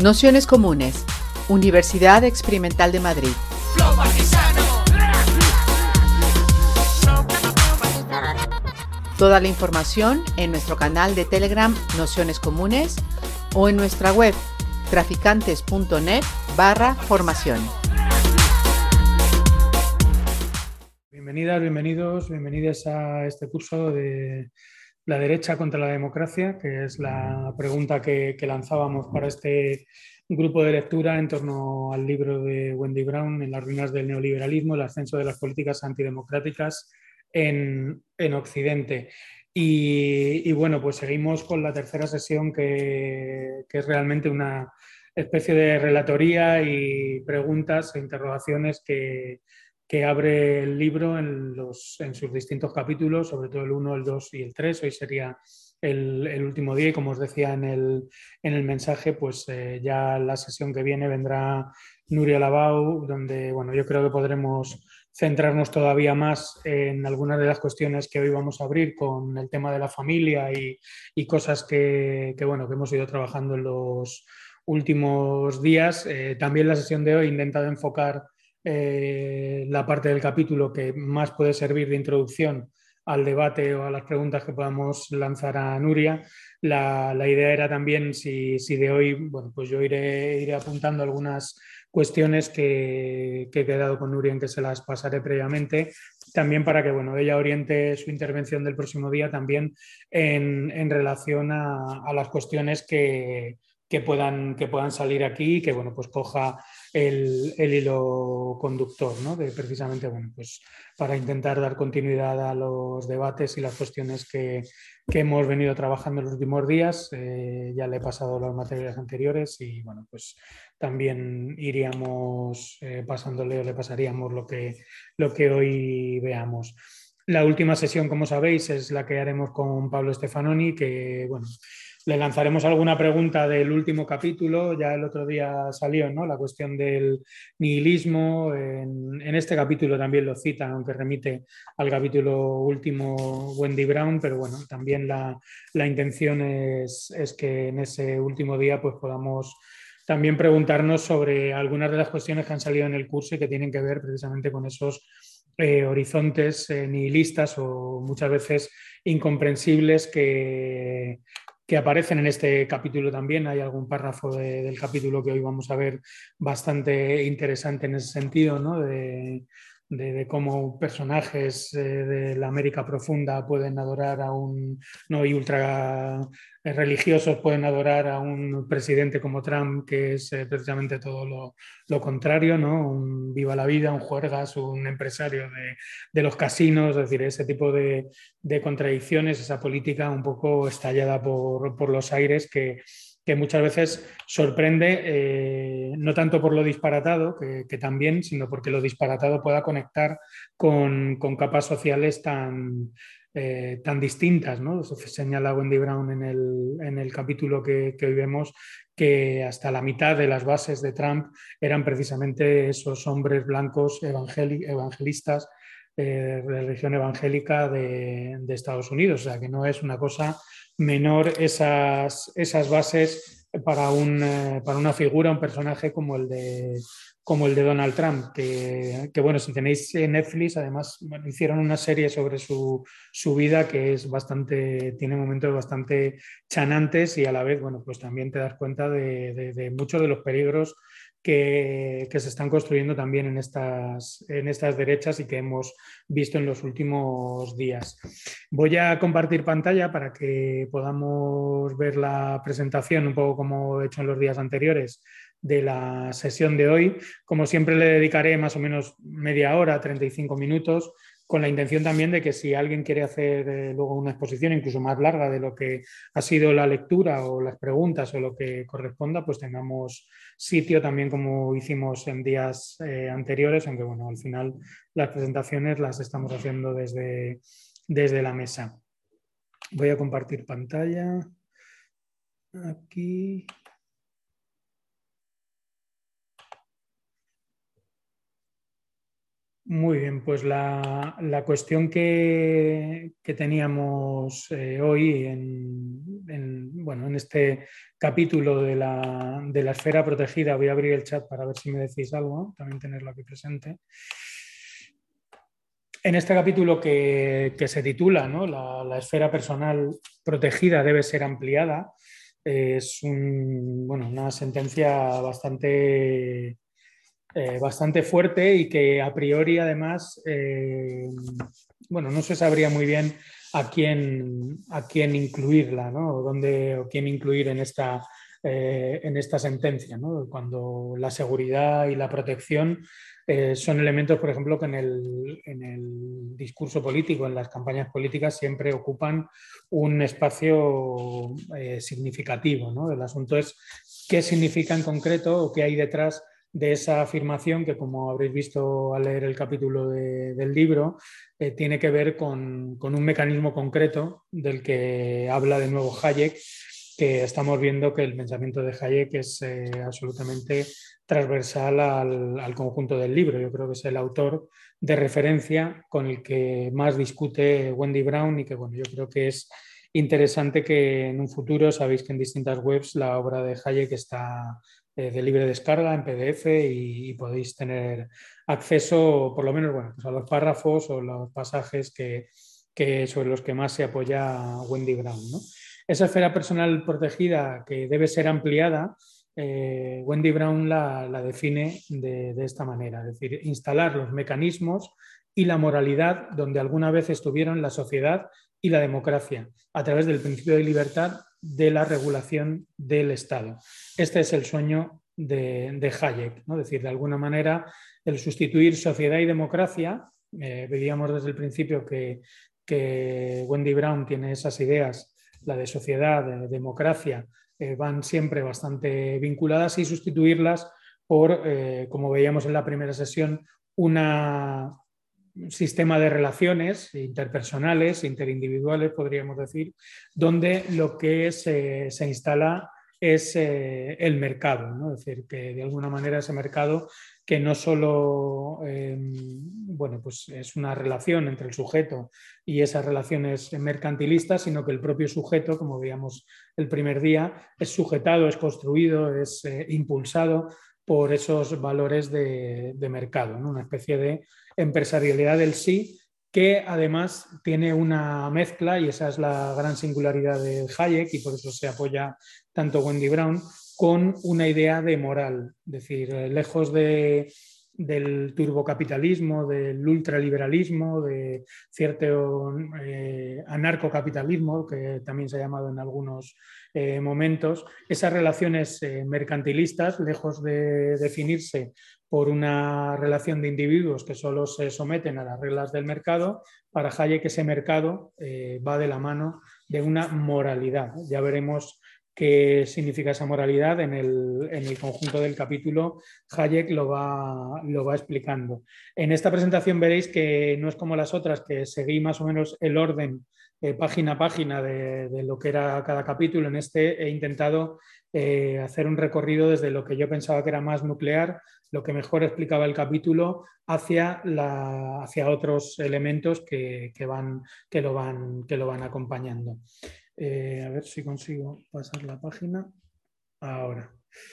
Nociones comunes. Universidad Experimental de Madrid. Toda la información en nuestro canal de Telegram Nociones Comunes o en nuestra web traficantes.net/formación. Bienvenidas, bienvenidos, bienvenidas a este curso de la derecha contra la democracia, que es la pregunta que lanzábamos para este grupo de lectura en torno al libro de Wendy Brown, En las ruinas del neoliberalismo, el ascenso de las políticas antidemocráticas en Occidente. Y bueno, pues seguimos con la tercera sesión que es realmente una especie de relatoría y preguntas e interrogaciones que abre el libro en sus distintos capítulos, sobre todo el 1, el 2 y el 3. Hoy sería el último día y, como os decía en el mensaje, pues ya la sesión que viene vendrá Nuria Labau, donde bueno, yo creo que podremos centrarnos todavía más en algunas de las cuestiones que hoy vamos a abrir con el tema de la familia y cosas bueno, que hemos ido trabajando en los últimos días. También la sesión de hoy he intentado enfocar la parte del capítulo que más puede servir de introducción al debate o a las preguntas que podamos lanzar a Nuria. La idea era también, si de hoy, bueno, pues yo iré apuntando algunas cuestiones que he quedado con Nuria en que se las pasaré previamente, también para que bueno, ella oriente su intervención del próximo día también en relación a las cuestiones que puedan salir aquí, que bueno, pues coja el hilo conductor, ¿no? De precisamente, bueno, pues para intentar dar continuidad a los debates y las cuestiones que hemos venido trabajando en los últimos días. Ya le he pasado las materias anteriores y bueno, pues también iríamos pasándole o le pasaríamos lo que hoy veamos. La última sesión, como sabéis, es la que haremos con Pablo Stefanoni, que bueno, le lanzaremos alguna pregunta del último capítulo. Ya el otro día salió, ¿no?, la cuestión del nihilismo. En este capítulo también lo cita, aunque remite al capítulo último Wendy Brown, pero bueno, también la intención es que en ese último día pues podamos también preguntarnos sobre algunas de las cuestiones que han salido en el curso y que tienen que ver precisamente con esos horizontes nihilistas o muchas veces incomprensibles que aparecen en este capítulo también. Hay algún párrafo del capítulo que hoy vamos a ver bastante interesante en ese sentido, ¿no? De cómo personajes de la América profunda pueden adorar a un, no, y ultra religiosos pueden adorar a un presidente como Trump, que es precisamente todo lo contrario, ¿no? Un viva la vida, un juergas, un empresario de los casinos, es decir, ese tipo de contradicciones, esa política un poco estallada por los aires que muchas veces sorprende, no tanto por lo disparatado, que también, sino porque lo disparatado pueda conectar con capas sociales tan distintas, ¿no? Eso señala Wendy Brown en el capítulo que hoy vemos, que hasta la mitad de las bases de Trump eran precisamente esos hombres blancos evangelistas de religión evangélica de Estados Unidos. O sea, que no es una cosa menor esas bases para una figura, un personaje como el de Donald Trump, que bueno, si tenéis Netflix, además, bueno, hicieron una serie sobre su vida que es tiene momentos bastante chanantes y a la vez, bueno, pues también te das cuenta de muchos de los peligros que se están construyendo también en estas derechas y que hemos visto en los últimos días. Voy a compartir pantalla para que podamos ver la presentación, un poco como he hecho en los días anteriores, de la sesión de hoy. Como siempre, le dedicaré más o menos media hora, 35 minutos, con la intención también de que si alguien quiere hacer luego una exposición incluso más larga de lo que ha sido la lectura o las preguntas o lo que corresponda, pues tengamos sitio también, como hicimos en días anteriores, aunque bueno, al final las presentaciones las estamos haciendo desde la mesa. Voy a compartir pantalla aquí. Muy bien, pues la cuestión que teníamos hoy bueno, en este capítulo de la esfera protegida, voy a abrir el chat para ver si me decís algo, también tenerlo aquí presente. En este capítulo que se titula, ¿no?, la esfera personal protegida debe ser ampliada, es bueno, una sentencia bastante fuerte y que a priori además, bueno, no se sabría muy bien a quién incluirla, ¿no? O quién incluir en esta sentencia, ¿no? Cuando la seguridad y la protección son elementos, por ejemplo, que en el discurso político, en las campañas políticas, siempre ocupan un espacio significativo, ¿no? El asunto es qué significa en concreto o qué hay detrás de esa afirmación que, como habréis visto al leer el capítulo del libro, tiene que ver con un mecanismo concreto del que habla de nuevo Hayek, que estamos viendo que el pensamiento de Hayek es absolutamente transversal al conjunto del libro. Yo creo que es el autor de referencia con el que más discute Wendy Brown y que, bueno, yo creo que es interesante que en un futuro, sabéis que en distintas webs la obra de Hayek está de libre descarga en PDF y podéis tener acceso, por lo menos, bueno, pues a los párrafos o los pasajes sobre los que más se apoya Wendy Brown, ¿no? Esa esfera personal protegida que debe ser ampliada, Wendy Brown la define de esta manera, es decir, instalar los mecanismos y la moralidad donde alguna vez estuvieron la sociedad y la democracia, a través del principio de libertad de la regulación del Estado. Este es el sueño de Hayek, ¿no? Es decir, de alguna manera, el sustituir sociedad y democracia, veíamos desde el principio que Wendy Brown tiene esas ideas, la de sociedad, de democracia, van siempre bastante vinculadas, y sustituirlas por, como veíamos en la primera sesión, un sistema de relaciones interpersonales, interindividuales, podríamos decir, donde lo que se instala es el mercado, ¿no? Es decir, que de alguna manera ese mercado, que no solo bueno, pues es una relación entre el sujeto y esas relaciones mercantilistas, sino que el propio sujeto, como veíamos el primer día, es sujetado, es construido, es impulsado por esos valores de mercado, ¿no? Una especie de empresarialidad del sí, que además tiene una mezcla, y esa es la gran singularidad de Hayek, y por eso se apoya tanto Wendy Brown, con una idea de moral. Es decir, lejos del turbocapitalismo, del ultraliberalismo, de cierto anarcocapitalismo, que también se ha llamado en algunos momentos, esas relaciones mercantilistas, lejos de definirse por una relación de individuos que solo se someten a las reglas del mercado, para Hayek ese mercado va de la mano de una moralidad. Ya veremos qué significa esa moralidad en el conjunto del capítulo. Hayek lo va explicando. En esta presentación veréis que no es como las otras, que seguí más o menos el orden página a página de lo que era cada capítulo. En este he intentado hacer un recorrido desde lo que yo pensaba que era más nuclear, lo que mejor explicaba el capítulo, hacia otros elementos que lo van acompañando. A ver si consigo pasar la página. Ahora.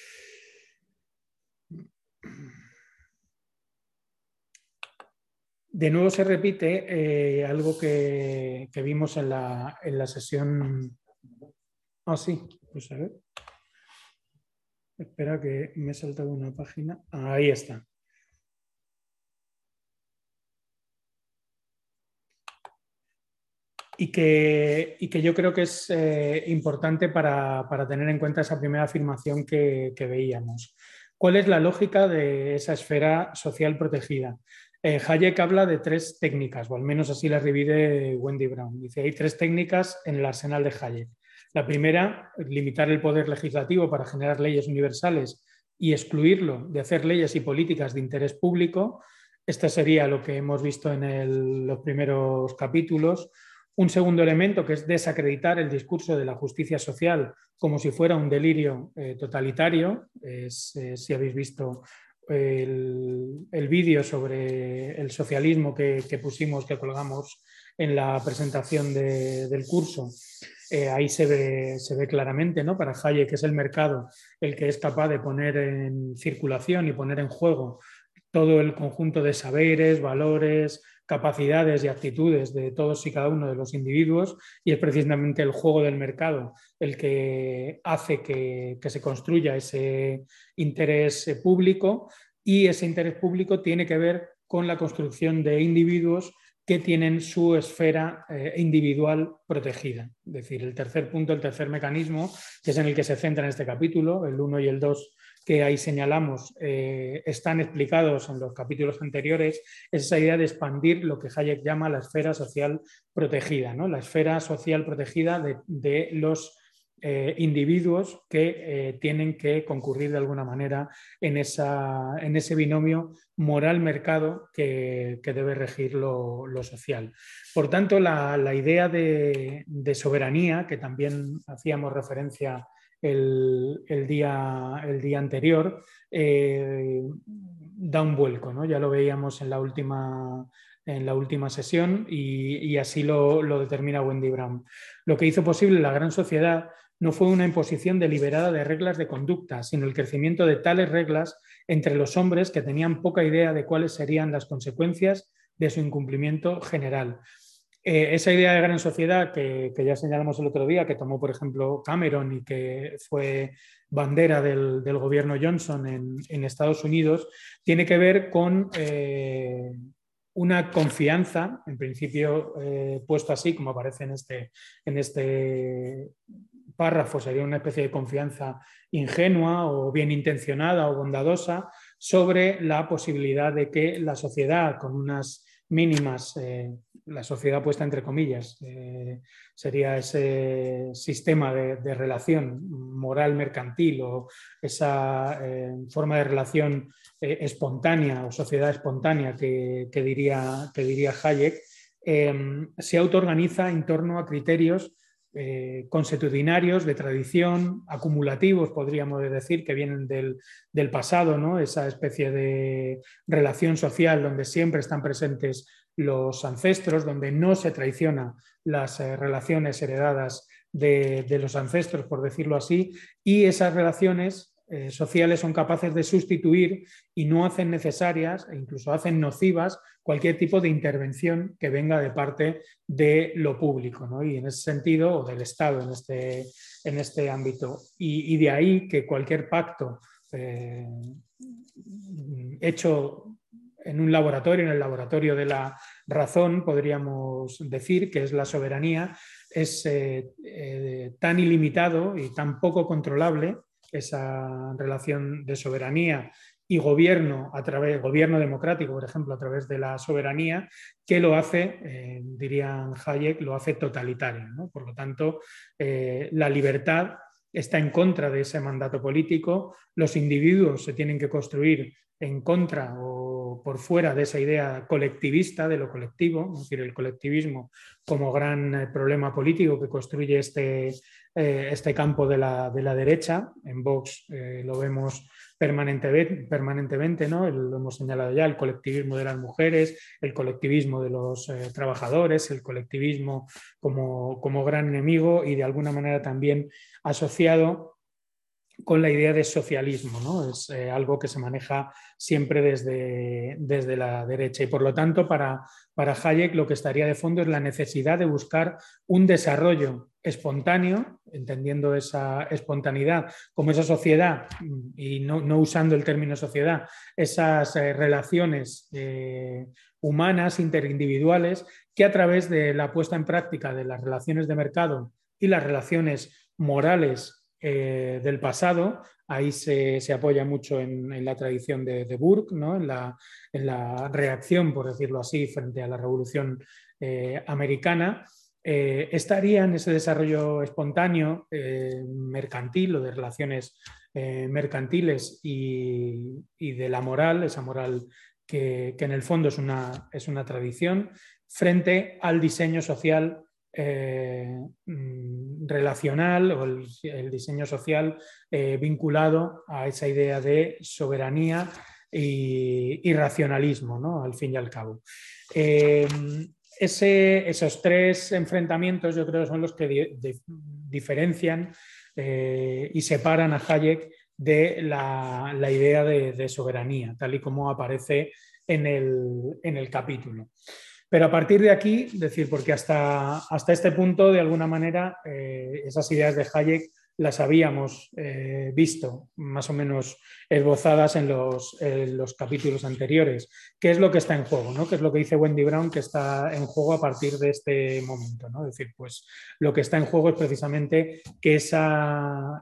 De nuevo se repite algo que vimos en la sesión. Ah, sí, pues a ver. Espera, que me he saltado una página. Ahí está. Y que yo creo que es importante para tener en cuenta esa primera afirmación que veíamos. ¿Cuál es la lógica de esa esfera social protegida? Hayek habla de tres técnicas, o al menos así las divide Wendy Brown. Dice, hay tres técnicas en el arsenal de Hayek. La primera, limitar el poder legislativo para generar leyes universales y excluirlo de hacer leyes y políticas de interés público. Este sería lo que hemos visto en los primeros capítulos. Un segundo elemento, que es desacreditar el discurso de la justicia social como si fuera un delirio totalitario. Si habéis visto el vídeo sobre el socialismo que pusimos, que colgamos en la presentación del curso, ahí se ve claramente, ¿no? Para Hayek es el mercado el que es capaz de poner en circulación y poner en juego todo el conjunto de saberes, valores, capacidades y actitudes de todos y cada uno de los individuos, y es precisamente el juego del mercado el que hace que se construya ese interés público, y ese interés público tiene que ver con la construcción de individuos que tienen su esfera individual protegida. Es decir, el tercer punto, el tercer mecanismo, que es en el que se centra en este capítulo, el 1 y el 2 que ahí señalamos, están explicados en los capítulos anteriores, es esa idea de expandir lo que Hayek llama la esfera social protegida, ¿no? La esfera social protegida de los individuos que tienen que concurrir de alguna manera en ese binomio moral-mercado que debe regir lo social. Por tanto, la idea de soberanía, que también hacíamos referencia el día anterior, da un vuelco, ¿no? Ya lo veíamos en la última sesión, y así lo determina Wendy Brown. Lo que hizo posible la gran sociedad no fue una imposición deliberada de reglas de conducta, sino el crecimiento de tales reglas entre los hombres que tenían poca idea de cuáles serían las consecuencias de su incumplimiento general. Esa idea de gran sociedad que ya señalamos el otro día, que tomó, por ejemplo, Cameron y que fue bandera del gobierno Johnson en Estados Unidos, tiene que ver con una confianza, en principio puesto así, como aparece en este párrafo, sería una especie de confianza ingenua o bien intencionada o bondadosa sobre la posibilidad de que la sociedad, con unas mínimas, la sociedad puesta entre comillas, sería ese sistema de relación moral mercantil o esa forma de relación espontánea o sociedad espontánea que diría Hayek, se autoorganiza en torno a criterios consuetudinarios, de tradición, acumulativos, podríamos decir, que vienen del pasado, ¿no? Esa especie de relación social donde siempre están presentes los ancestros, donde no se traiciona las relaciones heredadas de los ancestros, por decirlo así, y esas relaciones sociales son capaces de sustituir y no hacen necesarias e incluso hacen nocivas cualquier tipo de intervención que venga de parte de lo público, ¿no? Y en ese sentido, o del Estado en este ámbito. Y de ahí que cualquier pacto hecho en un laboratorio, en el laboratorio de la razón, podríamos decir que es la soberanía, es tan ilimitado y tan poco controlable esa relación de soberanía y gobierno gobierno democrático, por ejemplo, a través de la soberanía, que lo hace, dirían Hayek, lo hace totalitario, ¿no? Por lo tanto, la libertad está en contra de ese mandato político, los individuos se tienen que construir en contra o por fuera de esa idea colectivista de lo colectivo, es decir, el colectivismo como gran problema político que construye este campo de la derecha. En Vox lo vemos permanentemente, ¿no? Lo hemos señalado ya, el colectivismo de las mujeres, el colectivismo de los trabajadores, el colectivismo como gran enemigo, y de alguna manera también asociado con la idea de socialismo, ¿no? Es algo que se maneja siempre desde la derecha, y por lo tanto para Hayek lo que estaría de fondo es la necesidad de buscar un desarrollo espontáneo, entendiendo esa espontaneidad como esa sociedad, y no usando el término sociedad, esas relaciones humanas, interindividuales, que a través de la puesta en práctica de las relaciones de mercado y las relaciones morales del pasado, ahí se apoya mucho en la tradición de Burke, ¿no? en la reacción, por decirlo así, frente a la Revolución Americana, estaría en ese desarrollo espontáneo mercantil o de relaciones mercantiles y de la moral, esa moral que en el fondo es una tradición, frente al diseño social relacional o el diseño social vinculado a esa idea de soberanía y racionalismo, ¿no? Al fin y al cabo. Esos tres enfrentamientos yo creo que son los que diferencian y separan a Hayek de la idea de soberanía, tal y como aparece en el capítulo. Pero a partir de aquí, decir, porque hasta este punto, de alguna manera, esas ideas de Hayek las habíamos visto más o menos esbozadas en los capítulos anteriores. ¿Qué es lo que está en juego? ¿No? ¿Qué es lo que dice Wendy Brown que está en juego a partir de este momento? ¿no? Es decir, pues lo que está en juego es precisamente que esa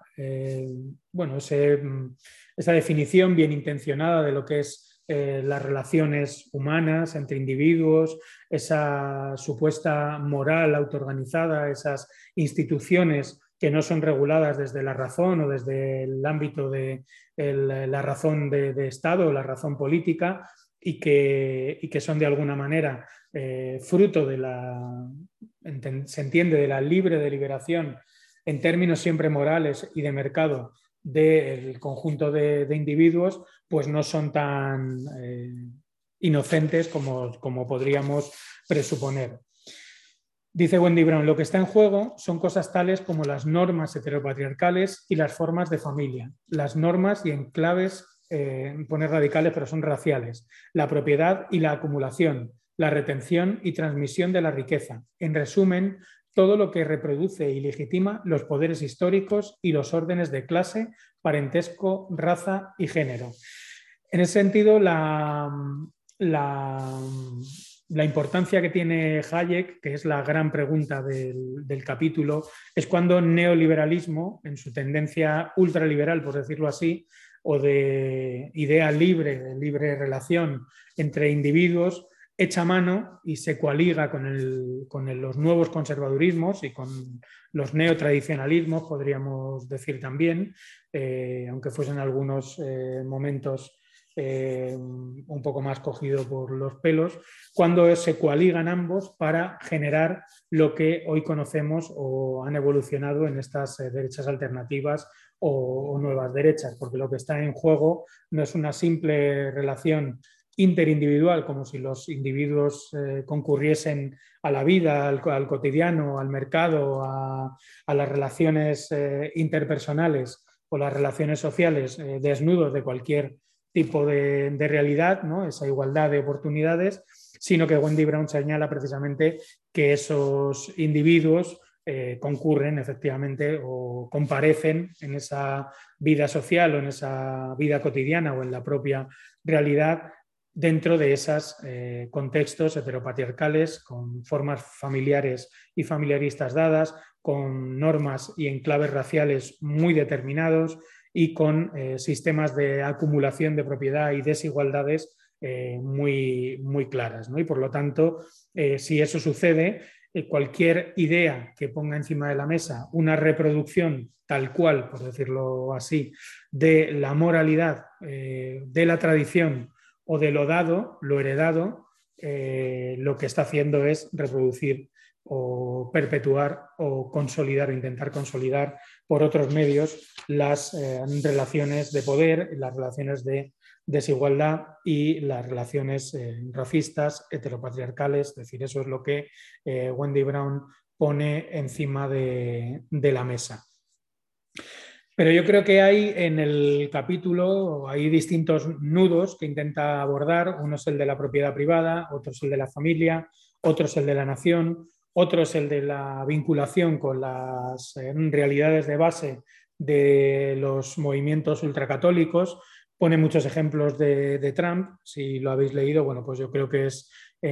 definición bien intencionada de lo que es las relaciones humanas entre individuos, esa supuesta moral autoorganizada, esas instituciones que no son reguladas desde la razón o desde el ámbito de la razón de Estado o la razón política y que son de alguna manera fruto de se entiende, de la libre deliberación en términos siempre morales y de mercado del conjunto de individuos, pues no son tan inocentes como podríamos presuponer. Dice Wendy Brown, lo que está en juego son cosas tales como las normas heteropatriarcales y las formas de familia. Las normas y en claves, poner radicales, pero son raciales. La propiedad y la acumulación, la retención y transmisión de la riqueza. En resumen, todo lo que reproduce y legitima los poderes históricos y los órdenes de clase, parentesco, raza y género. En ese sentido, la importancia que tiene Hayek, que es la gran pregunta del capítulo, es cuando neoliberalismo, en su tendencia ultraliberal, por decirlo así, o de idea libre, de libre relación entre individuos, echa mano y se coaliga con los nuevos conservadurismos y con los neotradicionalismos, podríamos decir también, aunque fuesen algunos momentos un poco más cogido por los pelos, cuando se coaligan ambos para generar lo que hoy conocemos o han evolucionado en estas derechas alternativas o nuevas derechas, porque lo que está en juego no es una simple relación interindividual, como si los individuos concurriesen a la vida, al cotidiano, al mercado, a las relaciones interpersonales o las relaciones sociales desnudos de cualquier tipo de realidad, ¿no? Esa igualdad de oportunidades, sino que Wendy Brown señala precisamente que esos individuos concurren efectivamente o comparecen en esa vida social o en esa vida cotidiana o en la propia realidad dentro de esos contextos heteropatriarcales, con formas familiares y familiaristas dadas, con normas y enclaves raciales muy determinados y con sistemas de acumulación de propiedad y desigualdades muy, muy claras, ¿no? Y por lo tanto, si eso sucede, cualquier idea que ponga encima de la mesa una reproducción tal cual, por decirlo así, de la moralidad, de la tradición o de lo dado, lo heredado, lo que está haciendo es reproducir o perpetuar o consolidar o intentar consolidar por otros medios las relaciones de poder, las relaciones de desigualdad y las relaciones racistas, heteropatriarcales. Es decir, eso es lo que Wendy Brown pone encima de la mesa. Pero yo creo que hay en el capítulo, hay distintos nudos que intenta abordar. Uno es el de la propiedad privada, otro es el de la familia, otro es el de la nación, otro es el de la vinculación con las realidades de base de los movimientos ultracatólicos. Pone muchos ejemplos de Trump. Si lo habéis leído, bueno, pues yo creo que es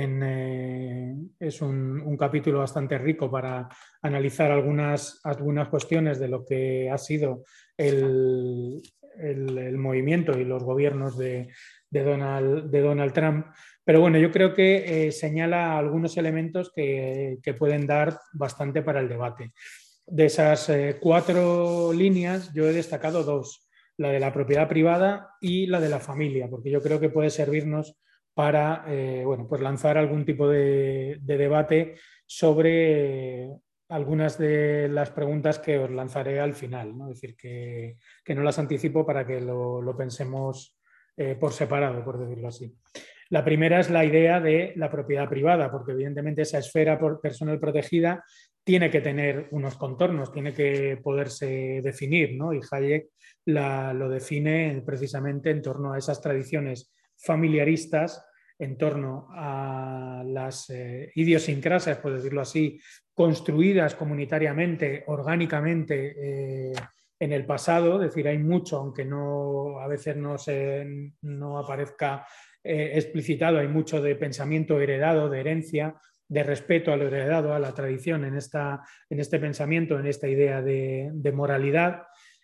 un capítulo bastante rico para analizar algunas cuestiones de lo que ha sido el movimiento y los gobiernos de Donald Trump. Pero bueno, yo creo que señala algunos elementos que pueden dar bastante para el debate. De esas 4 líneas, yo he destacado 2, la de la propiedad privada y la de la familia, porque yo creo que puede servirnos para pues lanzar algún tipo de debate sobre algunas de las preguntas que os lanzaré al final, ¿no? Es decir, que no las anticipo para que lo pensemos por separado, por decirlo así. La primera es la idea de la propiedad privada, porque evidentemente esa esfera personal protegida tiene que tener unos contornos, tiene que poderse definir, ¿no? Y Hayek lo define precisamente en torno a esas tradiciones familiaristas, en torno a las idiosincrasias, por decirlo así, construidas comunitariamente, orgánicamente en el pasado. Es decir, hay mucho, aunque no, a veces no aparezca explicitado, hay mucho de pensamiento heredado, de herencia, de respeto a lo heredado, a la tradición en este pensamiento, en esta idea de moralidad.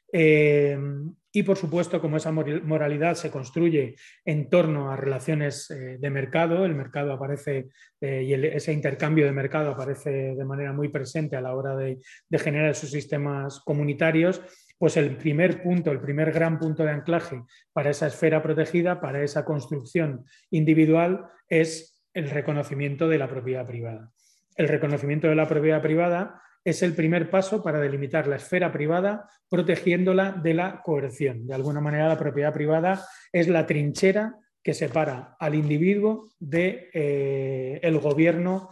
Y por supuesto, como esa moralidad se construye en torno a relaciones de mercado, el mercado aparece y ese intercambio de mercado aparece de manera muy presente a la hora de generar esos sistemas comunitarios, pues el primer gran punto de anclaje para esa esfera protegida, para esa construcción individual, es el reconocimiento de la propiedad privada. El reconocimiento de la propiedad privada es el primer paso para delimitar la esfera privada, protegiéndola de la coerción. De alguna manera, la propiedad privada es la trinchera que separa al individuo del gobierno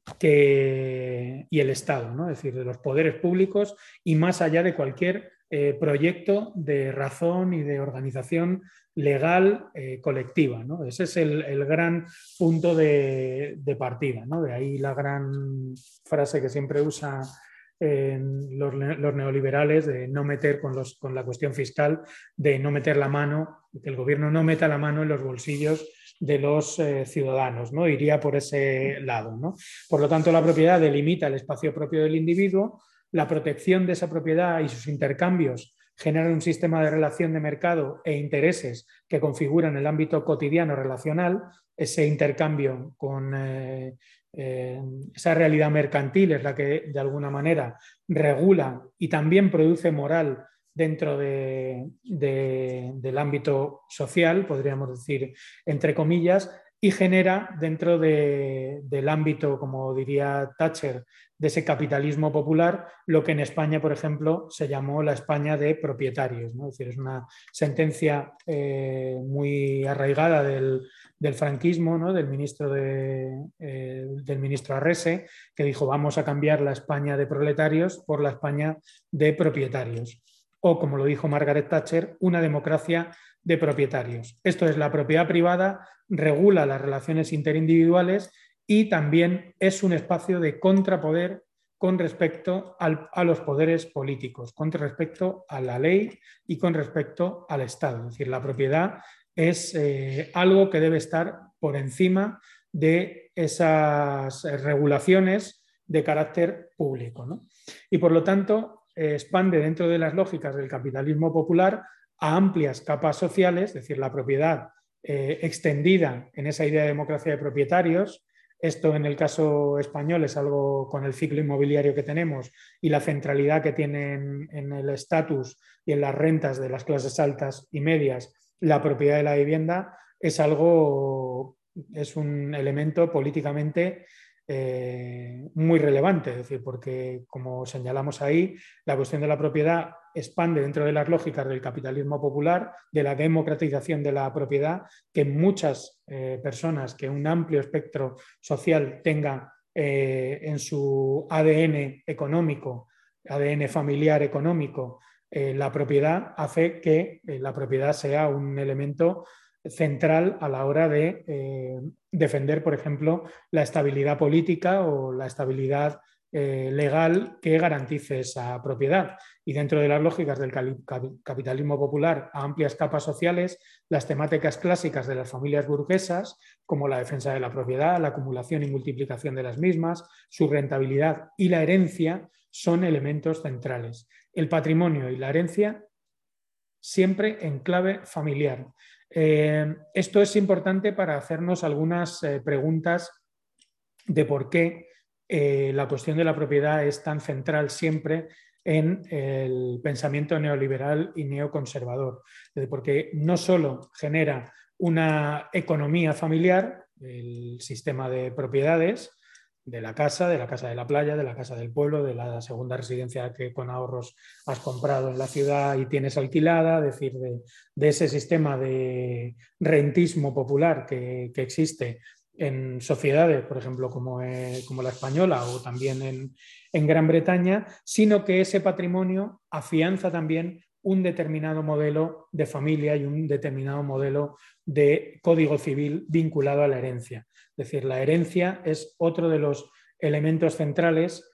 y el Estado, ¿no? Es decir, de los poderes públicos y más allá de cualquier proyecto de razón y de organización legal colectiva, ¿no? Ese es el gran punto de partida, ¿no? De ahí la gran frase que siempre usa los neoliberales de no meter con la cuestión fiscal, de no meter la mano, que el gobierno no meta la mano en los bolsillos de los ciudadanos, ¿no? Iría por ese lado, ¿no? Por lo tanto, la propiedad delimita el espacio propio del individuo. La protección de esa propiedad y sus intercambios generan un sistema de relación de mercado e intereses que configuran el ámbito cotidiano relacional. Ese intercambio con esa realidad mercantil es la que de alguna manera regula y también produce moral dentro del ámbito social, podríamos decir, entre comillas, y genera dentro del ámbito, como diría Thatcher, de ese capitalismo popular, lo que en España, por ejemplo, se llamó la España de propietarios, ¿no? Es decir, es una sentencia muy arraigada del franquismo, ¿no? Del ministro Arrese, que dijo vamos a cambiar la España de proletarios por la España de propietarios. O, como lo dijo Margaret Thatcher, una democracia de propietarios. Esto es, la propiedad privada regula las relaciones interindividuales y también es un espacio de contrapoder con respecto a los poderes políticos, con respecto a la ley y con respecto al Estado. Es decir, la propiedad es algo que debe estar por encima de esas regulaciones de carácter público, ¿no? Y por lo tanto expande dentro de las lógicas del capitalismo popular a amplias capas sociales, es decir, la propiedad extendida en esa idea de democracia de propietarios. Esto en el caso español es algo con el ciclo inmobiliario que tenemos y la centralidad que tiene en el estatus y en las rentas de las clases altas y medias la propiedad de la vivienda, es un elemento políticamente muy relevante, es decir, porque como señalamos ahí, la cuestión de la propiedad expande dentro de las lógicas del capitalismo popular, de la democratización de la propiedad, que muchas personas, que un amplio espectro social tenga en su ADN económico, ADN familiar económico, la propiedad hace que la propiedad sea un elemento central a la hora de defender, por ejemplo, la estabilidad política o la estabilidad legal que garantice esa propiedad. Y dentro de las lógicas del capitalismo popular a amplias capas sociales, las temáticas clásicas de las familias burguesas, como la defensa de la propiedad, la acumulación y multiplicación de las mismas, su rentabilidad y la herencia, son elementos centrales. El patrimonio y la herencia siempre en clave familiar. Esto es importante para hacernos algunas preguntas de por qué la cuestión de la propiedad es tan central siempre en el pensamiento neoliberal y neoconservador, porque no solo genera una economía familiar, el sistema de propiedades, de la casa, de la playa, de la casa del pueblo, de la segunda residencia que con ahorros has comprado en la ciudad y tienes alquilada, es decir, de ese sistema de rentismo popular que existe en sociedades, por ejemplo, como la española o también en Gran Bretaña, sino que ese patrimonio afianza también un determinado modelo de familia y un determinado modelo de código civil vinculado a la herencia. Es decir, la herencia es otro de los elementos centrales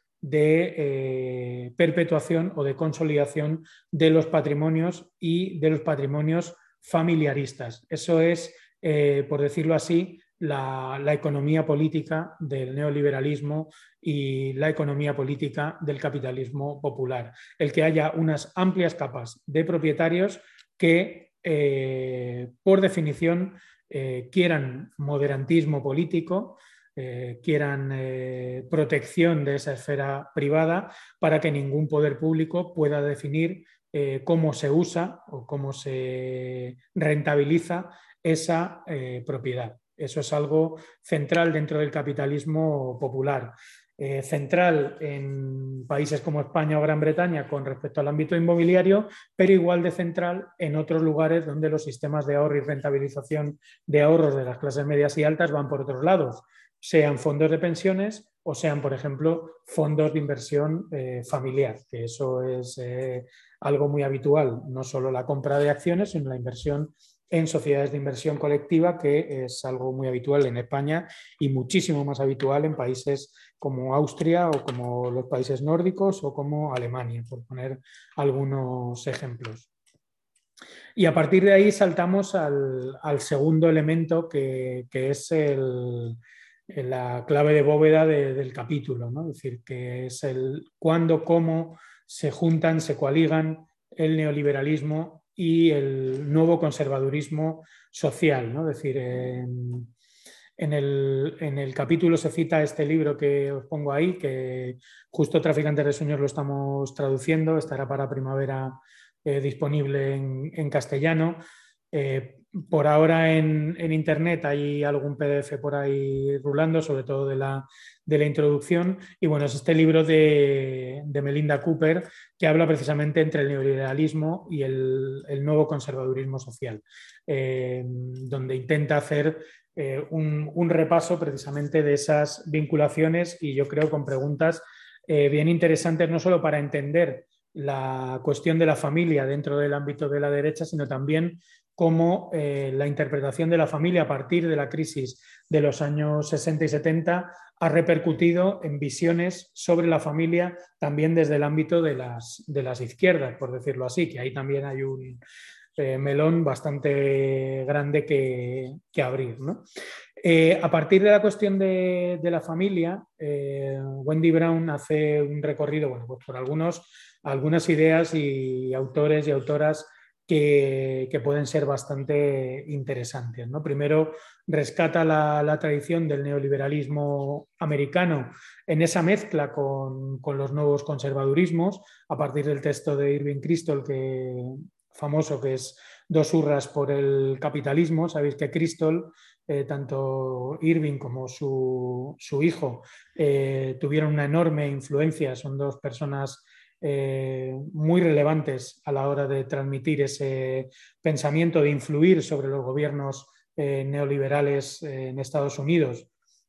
de perpetuación o de consolidación de los patrimonios y de los patrimonios familiaristas. Eso es, por decirlo así, la economía política del neoliberalismo y la economía política del capitalismo popular. El que haya unas amplias capas de propietarios que, por definición, quieran moderantismo político, quieran protección de esa esfera privada para que ningún poder público pueda definir cómo se usa o cómo se rentabiliza esa propiedad. Eso es algo central dentro del capitalismo popular. Central en países como España o Gran Bretaña con respecto al ámbito inmobiliario, pero igual de central en otros lugares donde los sistemas de ahorro y rentabilización de ahorros de las clases medias y altas van por otros lados, sean fondos de pensiones o sean, por ejemplo, fondos de inversión familiar, que eso es algo muy habitual, no solo la compra de acciones, sino la inversión en sociedades de inversión colectiva, que es algo muy habitual en España y muchísimo más habitual en países como Austria o como los países nórdicos o como Alemania, por poner algunos ejemplos. Y a partir de ahí saltamos al segundo elemento que es la clave de bóveda del capítulo, ¿no? Es decir, que es el cuándo, cómo se juntan, se coaligan el neoliberalismo y el nuevo conservadurismo social, ¿no? Es decir, en el capítulo se cita este libro que os pongo ahí, que justo Traficantes de Sueños lo estamos traduciendo, estará para primavera disponible en castellano. Por ahora en internet hay algún PDF por ahí rulando, sobre todo de la introducción. Y bueno, es este libro de Melinda Cooper que habla precisamente entre el neoliberalismo y el nuevo conservadurismo social, donde intenta hacer un repaso precisamente de esas vinculaciones y yo creo con preguntas bien interesantes, no solo para entender la cuestión de la familia dentro del ámbito de la derecha, sino también cómo la interpretación de la familia a partir de la crisis de los años 60 y 70 ha repercutido en visiones sobre la familia también desde el ámbito de las izquierdas, por decirlo así, que ahí también hay un melón bastante grande que abrir, ¿no? A partir de la cuestión de la familia, Wendy Brown hace un recorrido, bueno, pues por algunas ideas y autores y autoras que pueden ser bastante interesantes, ¿no? Primero, rescata la tradición del neoliberalismo americano en esa mezcla con los nuevos conservadurismos, a partir del texto de Irving Kristol, famoso, que es Dos hurras por el capitalismo. Sabéis que Kristol, tanto Irving como su hijo, tuvieron una enorme influencia, son dos personas muy relevantes a la hora de transmitir ese pensamiento, de influir sobre los gobiernos neoliberales en Estados Unidos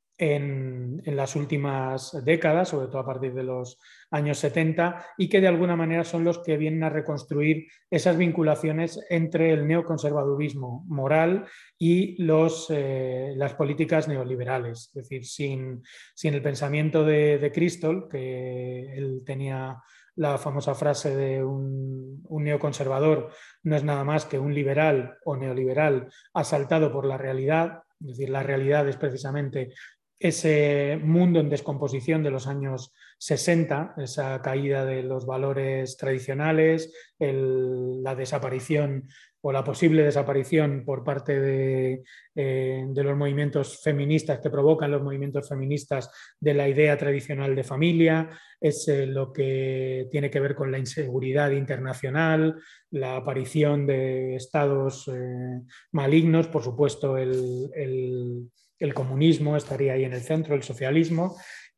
en las últimas décadas, sobre todo a partir de los años 70, y que de alguna manera son los que vienen a reconstruir esas vinculaciones entre el neoconservadurismo moral y las políticas neoliberales. Es decir, sin el pensamiento de Kristol, que él tenía la famosa frase de un neoconservador no es nada más que un liberal o neoliberal asaltado por la realidad. Es decir, la realidad es precisamente ese mundo en descomposición de los años 60, esa caída de los valores tradicionales, la desaparición o la posible desaparición por parte de los movimientos feministas que provocan los movimientos feministas de la idea tradicional de familia, es lo que tiene que ver con la inseguridad internacional, la aparición de estados malignos, por supuesto el comunismo estaría ahí en el centro, el socialismo,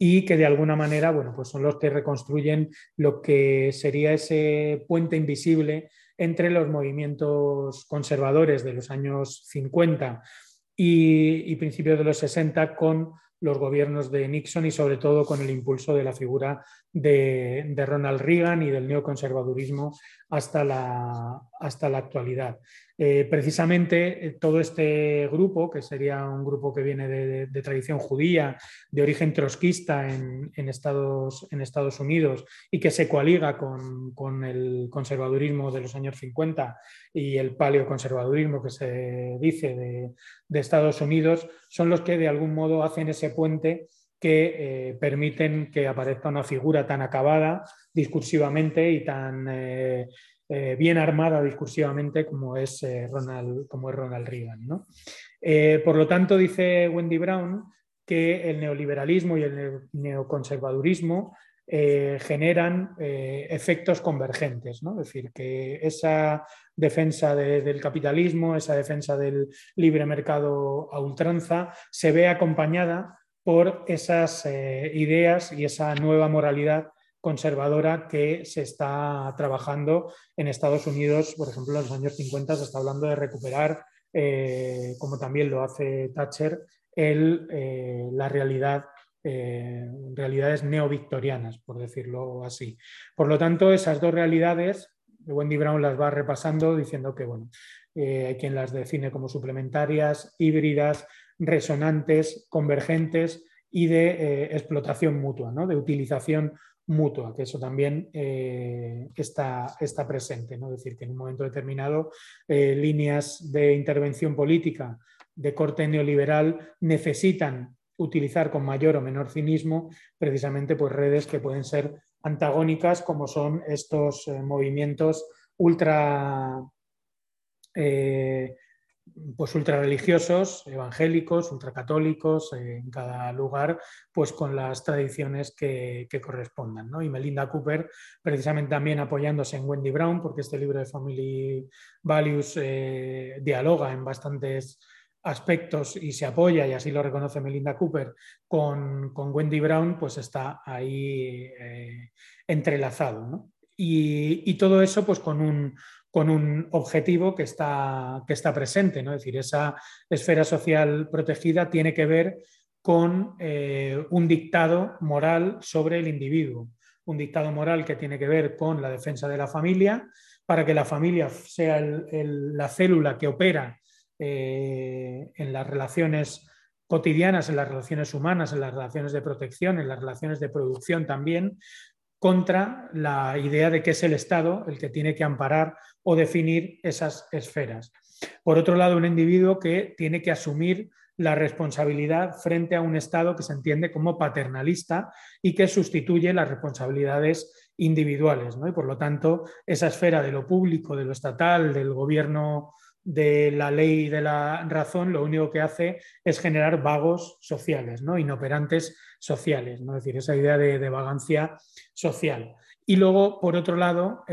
y que de alguna manera, bueno, pues son los que reconstruyen lo que sería ese puente invisible entre los movimientos conservadores de los años 50 y principios de los 60 con los gobiernos de Nixon y sobre todo con el impulso de la figura de Ronald Reagan y del neoconservadurismo hasta la actualidad. Precisamente todo este grupo, que sería un grupo que viene de tradición judía, de origen trotskista en Estados Unidos y que se coaliga con el conservadurismo de los años 50 y el paleoconservadurismo que se dice de Estados Unidos, son los que de algún modo hacen ese puente que permiten que aparezca una figura tan acabada discursivamente y tan bien armada discursivamente como es Ronald Reagan, ¿no? Por lo tanto, dice Wendy Brown que el neoliberalismo y el neoconservadurismo generan efectos convergentes, ¿no? Es decir, que esa defensa del capitalismo, esa defensa del libre mercado a ultranza, se ve acompañada por esas ideas y esa nueva moralidad conservadora que se está trabajando en Estados Unidos. Por ejemplo, en los años 50 se está hablando de recuperar, como también lo hace Thatcher, la realidad, realidades neovictorianas, por decirlo así. Por lo tanto, esas dos realidades, Wendy Brown las va repasando diciendo que, bueno, hay quien las define como suplementarias, híbridas, resonantes, convergentes y de explotación mutua, ¿no? De utilización mutua, que eso también está presente, ¿no? Es decir, que en un momento determinado líneas de intervención política de corte neoliberal necesitan utilizar con mayor o menor cinismo precisamente pues, redes que pueden ser antagónicas, como son estos movimientos pues ultra religiosos, evangélicos, ultracatólicos, en cada lugar, pues con las tradiciones que correspondan, ¿no? Y Melinda Cooper, precisamente también apoyándose en Wendy Brown, porque este libro de Family Values dialoga en bastantes aspectos y se apoya, y así lo reconoce Melinda Cooper, con Wendy Brown, pues está ahí entrelazado, ¿no? Y todo eso pues con un objetivo que está presente, ¿no? Es decir, esa esfera social protegida tiene que ver con un dictado moral sobre el individuo, un dictado moral que tiene que ver con la defensa de la familia, para que la familia sea la célula que opera en las relaciones cotidianas, en las relaciones humanas, en las relaciones de protección, en las relaciones de producción también, contra la idea de que es el Estado el que tiene que amparar o definir esas esferas. Por otro lado, un individuo que tiene que asumir la responsabilidad frente a un Estado que se entiende como paternalista y que sustituye las responsabilidades individuales, ¿no? Y por lo tanto, esa esfera de lo público, de lo estatal, del gobierno, de la ley y de la razón, lo único que hace es generar vagos sociales, ¿no? Inoperantes sociales, ¿no? Es decir, esa idea de vagancia social. Y luego, por otro lado,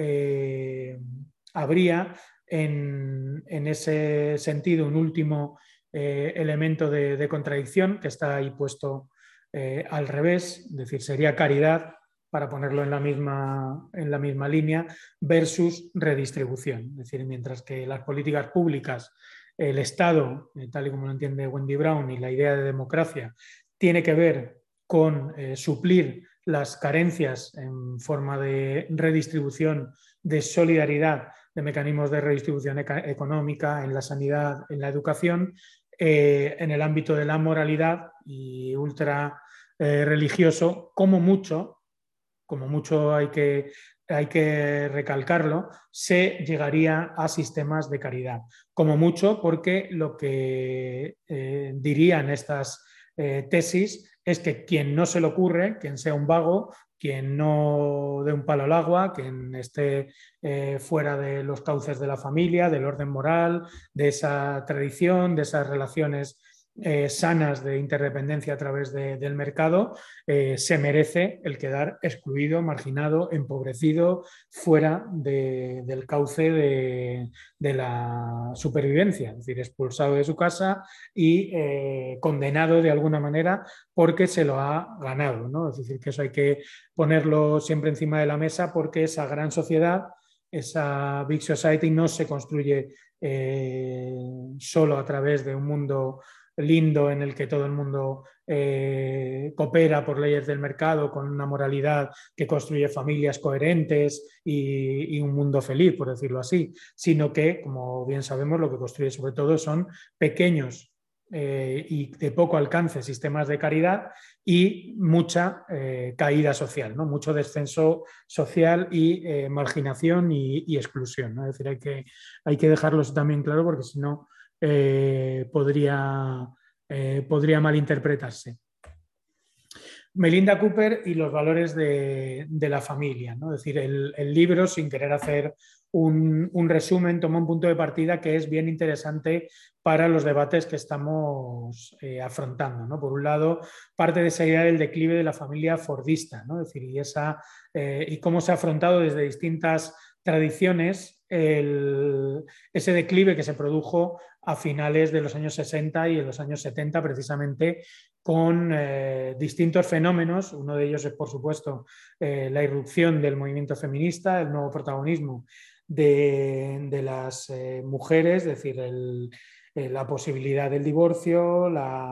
habría en ese sentido un último elemento de contradicción que está ahí puesto al revés, es decir, sería caridad, para ponerlo en la misma línea, versus redistribución. Es decir, mientras que las políticas públicas, el Estado, tal y como lo entiende Wendy Brown, y la idea de democracia, tiene que ver con suplir las carencias en forma de redistribución, de solidaridad, de mecanismos de redistribución económica en la sanidad, en la educación, en el ámbito de la moralidad y ultra religioso, como mucho hay que recalcarlo, se llegaría a sistemas de caridad. Como mucho, porque lo que dirían estas tesis es que quien no se le ocurre, quien sea un vago, quien no dé un palo al agua, quien esté fuera de los cauces de la familia, del orden moral, de esa tradición, de esas relaciones sanas de interdependencia a través del mercado, se merece el quedar excluido, marginado, empobrecido, fuera del cauce de la supervivencia, es decir, expulsado de su casa y condenado de alguna manera porque se lo ha ganado, ¿no? Es decir, que eso hay que ponerlo siempre encima de la mesa porque esa gran sociedad, esa Big Society, no se construye solo a través de un mundo lindo en el que todo el mundo coopera por leyes del mercado con una moralidad que construye familias coherentes y un mundo feliz, por decirlo así, sino que, como bien sabemos, lo que construye sobre todo son pequeños y de poco alcance sistemas de caridad y mucha caída social, ¿no? Mucho descenso social y marginación y exclusión, ¿no? Es decir, hay que dejarlo también claro porque si no podría malinterpretarse. Melinda Cooper y los valores de la familia, ¿no? Es decir, el libro, sin querer hacer un resumen, toma un punto de partida que es bien interesante para los debates que estamos afrontando, ¿no? Por un lado, parte de esa idea del declive de la familia fordista, ¿no? Es decir, y cómo se ha afrontado desde distintas tradiciones ese declive que se produjo a finales de los años 60 y en los años 70 precisamente con distintos fenómenos. Uno de ellos es, por supuesto, la irrupción del movimiento feminista, el nuevo protagonismo de las mujeres, es decir, la posibilidad del divorcio,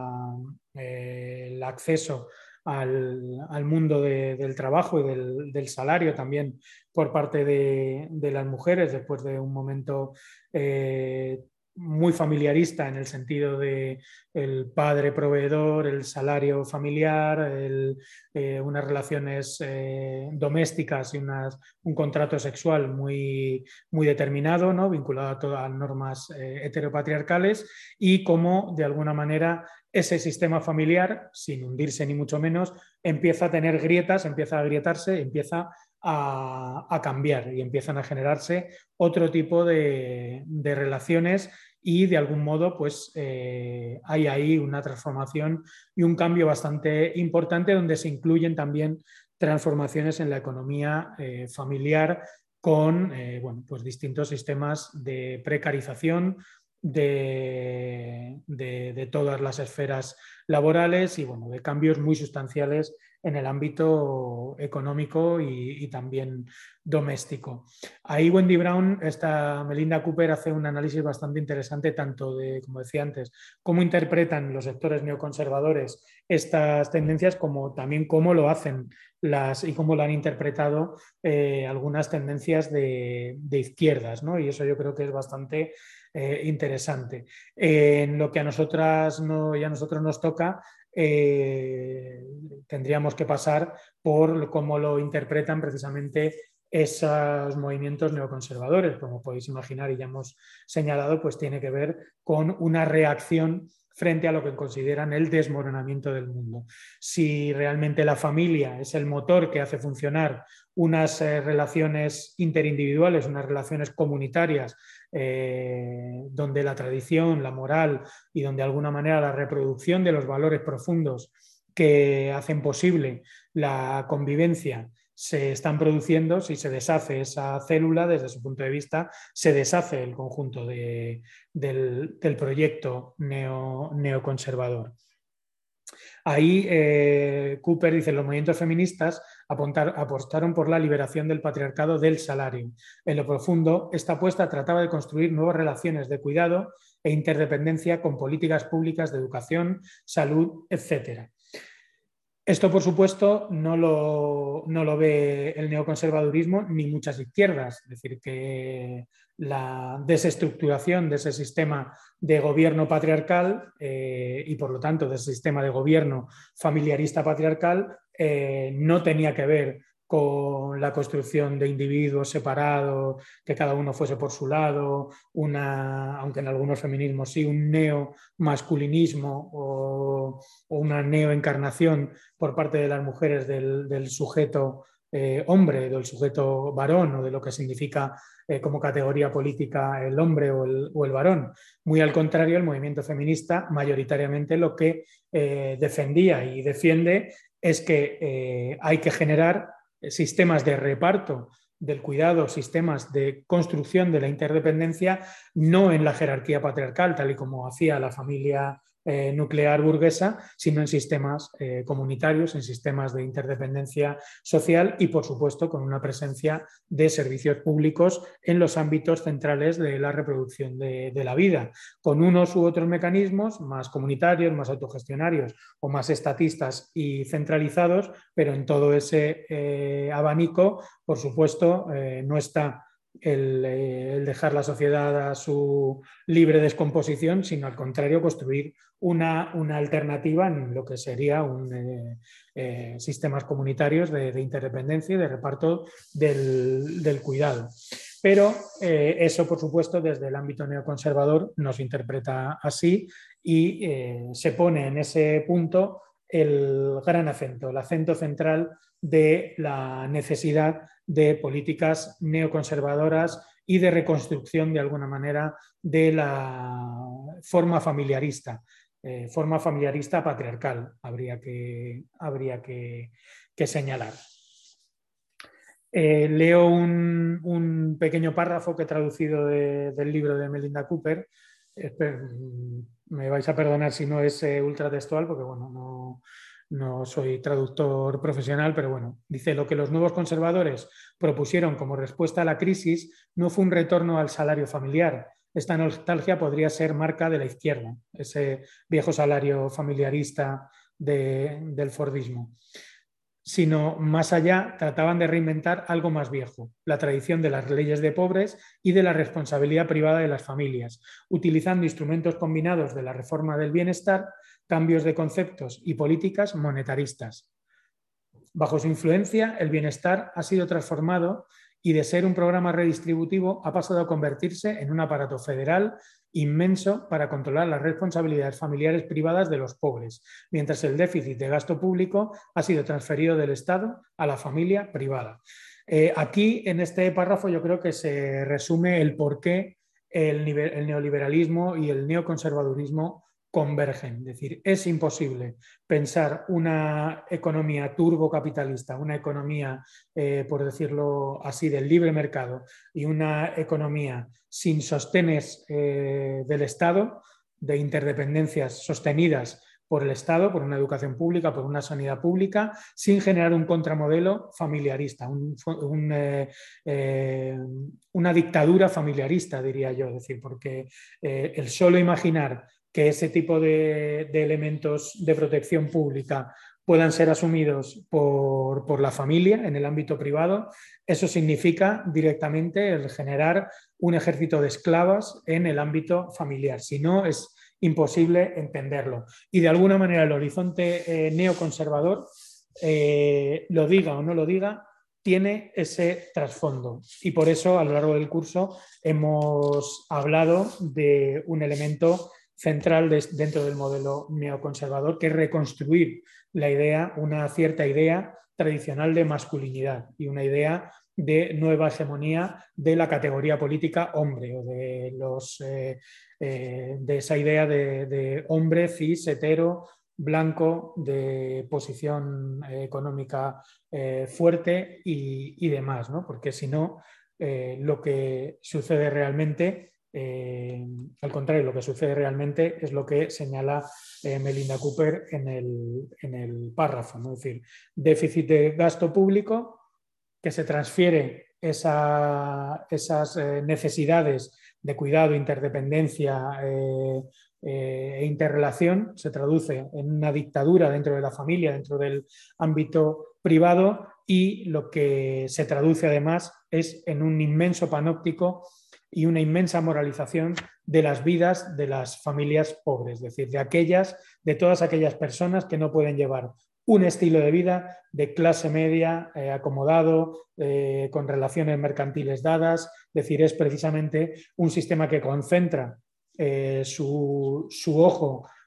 el acceso al mundo del trabajo y del salario también por parte de las mujeres después de un momento muy familiarista en el sentido de el padre proveedor, el salario familiar, unas relaciones domésticas y un contrato sexual muy determinado, ¿no? Vinculado a todas las normas heteropatriarcales y cómo de alguna manera ese sistema familiar, sin hundirse ni mucho menos, empieza a tener grietas, empieza a agrietarse, empieza a cambiar y empiezan a generarse otro tipo de relaciones y de algún modo pues hay ahí una transformación y un cambio bastante importante donde se incluyen también transformaciones en la economía familiar con bueno, pues distintos sistemas de precarización de todas las esferas laborales y bueno, de cambios muy sustanciales en el ámbito económico y también doméstico. Ahí Wendy Brown, esta Melinda Cooper, hace un análisis bastante interesante tanto de, como decía antes, cómo interpretan los sectores neoconservadores estas tendencias como también cómo lo hacen y cómo lo han interpretado algunas tendencias de izquierdas, ¿no? Y eso yo creo que es bastante interesante. En lo que a nosotras y a nosotros nos toca, tendríamos que pasar por cómo lo interpretan precisamente esos movimientos neoconservadores. Como podéis imaginar y ya hemos señalado, pues tiene que ver con una reacción frente a lo que consideran el desmoronamiento del mundo. Si realmente la familia es el motor que hace funcionar unas relaciones interindividuales, unas relaciones comunitarias, donde la tradición, la moral y donde de alguna manera la reproducción de los valores profundos que hacen posible la convivencia se están produciendo, si se deshace esa célula, desde su punto de vista, se deshace el conjunto del proyecto neoconservador. Ahí Cooper dice, los movimientos feministas apostaron por la liberación del patriarcado del salario. En lo profundo, esta apuesta trataba de construir nuevas relaciones de cuidado e interdependencia con políticas públicas de educación, salud, etc. Esto, por supuesto, no lo ve el neoconservadurismo ni muchas izquierdas. Es decir, que la desestructuración de ese sistema de gobierno patriarcal y, por lo tanto, de ese sistema de gobierno familiarista patriarcal no tenía que ver con la construcción de individuos separados, que cada uno fuese por su lado, aunque en algunos feminismos sí, un neomasculinismo o una neoencarnación por parte de las mujeres del sujeto hombre, del sujeto varón o de lo que significa como categoría política el hombre o el varón. Muy al contrario, el movimiento feminista mayoritariamente lo que defendía y defiende es que hay que generar sistemas de reparto del cuidado, sistemas de construcción de la interdependencia, no en la jerarquía patriarcal, tal y como hacía la familia nuclear burguesa, sino en sistemas comunitarios, en sistemas de interdependencia social y, por supuesto, con una presencia de servicios públicos en los ámbitos centrales de la reproducción de la vida, con unos u otros mecanismos más comunitarios, más autogestionarios o más estatistas y centralizados, pero en todo ese abanico, por supuesto, no está el dejar la sociedad a su libre descomposición, sino al contrario, construir una alternativa en lo que sería sistemas comunitarios de interdependencia y de reparto del cuidado. Pero eso, por supuesto, desde el ámbito neoconservador no se interpreta así y se pone en ese punto el gran acento, el acento central de la necesidad de políticas neoconservadoras y de reconstrucción, de alguna manera, de la forma familiarista patriarcal, habría que señalar. Leo un pequeño párrafo que he traducido del libro de Melinda Cooper. Me vais a perdonar si no es ultratextual, porque bueno, no soy traductor profesional, pero bueno, dice: lo que los nuevos conservadores propusieron como respuesta a la crisis no fue un retorno al salario familiar. Esta nostalgia podría ser marca de la izquierda, ese viejo salario familiarista del fordismo, sino más allá trataban de reinventar algo más viejo, la tradición de las leyes de pobres y de la responsabilidad privada de las familias, utilizando instrumentos combinados de la reforma del bienestar, cambios de conceptos y políticas monetaristas. Bajo su influencia, el bienestar ha sido transformado y de ser un programa redistributivo ha pasado a convertirse en un aparato federal inmenso para controlar las responsabilidades familiares privadas de los pobres, mientras el déficit de gasto público ha sido transferido del Estado a la familia privada. Aquí, en este párrafo, yo creo que se resume el por qué el neoliberalismo y el neoconservadurismo convergen. Es decir, es imposible pensar una economía turbocapitalista, una economía, por decirlo así, del libre mercado y una economía sin sostenes del Estado, de interdependencias sostenidas por el Estado, por una educación pública, por una sanidad pública, sin generar un contramodelo familiarista, una dictadura familiarista, diría yo. Es decir, porque el solo imaginar que ese tipo de elementos de protección pública puedan ser asumidos por la familia en el ámbito privado, eso significa directamente el generar un ejército de esclavas en el ámbito familiar. Si no, es imposible entenderlo. Y de alguna manera el horizonte neoconservador, lo diga o no lo diga, tiene ese trasfondo. Y por eso a lo largo del curso hemos hablado de un elemento central dentro del modelo neoconservador, que es reconstruir la idea, una cierta idea tradicional de masculinidad y una idea de nueva hegemonía de la categoría política hombre, o de esa idea de hombre cis, hetero, blanco, de posición económica fuerte y demás, ¿no? Porque si no, lo que sucede realmente, al contrario, lo que sucede realmente es lo que señala Melinda Cooper en el párrafo, ¿no? Es decir, déficit de gasto público que se transfiere esas necesidades de cuidado, interdependencia e interrelación, se traduce en una dictadura dentro de la familia, dentro del ámbito privado, y lo que se traduce además es en un inmenso panóptico y una inmensa moralización de las vidas de las familias pobres, es decir, de todas aquellas personas que no pueden llevar un estilo de vida de clase media, acomodado, con relaciones mercantiles dadas. Es decir, es precisamente un sistema que concentra su ojo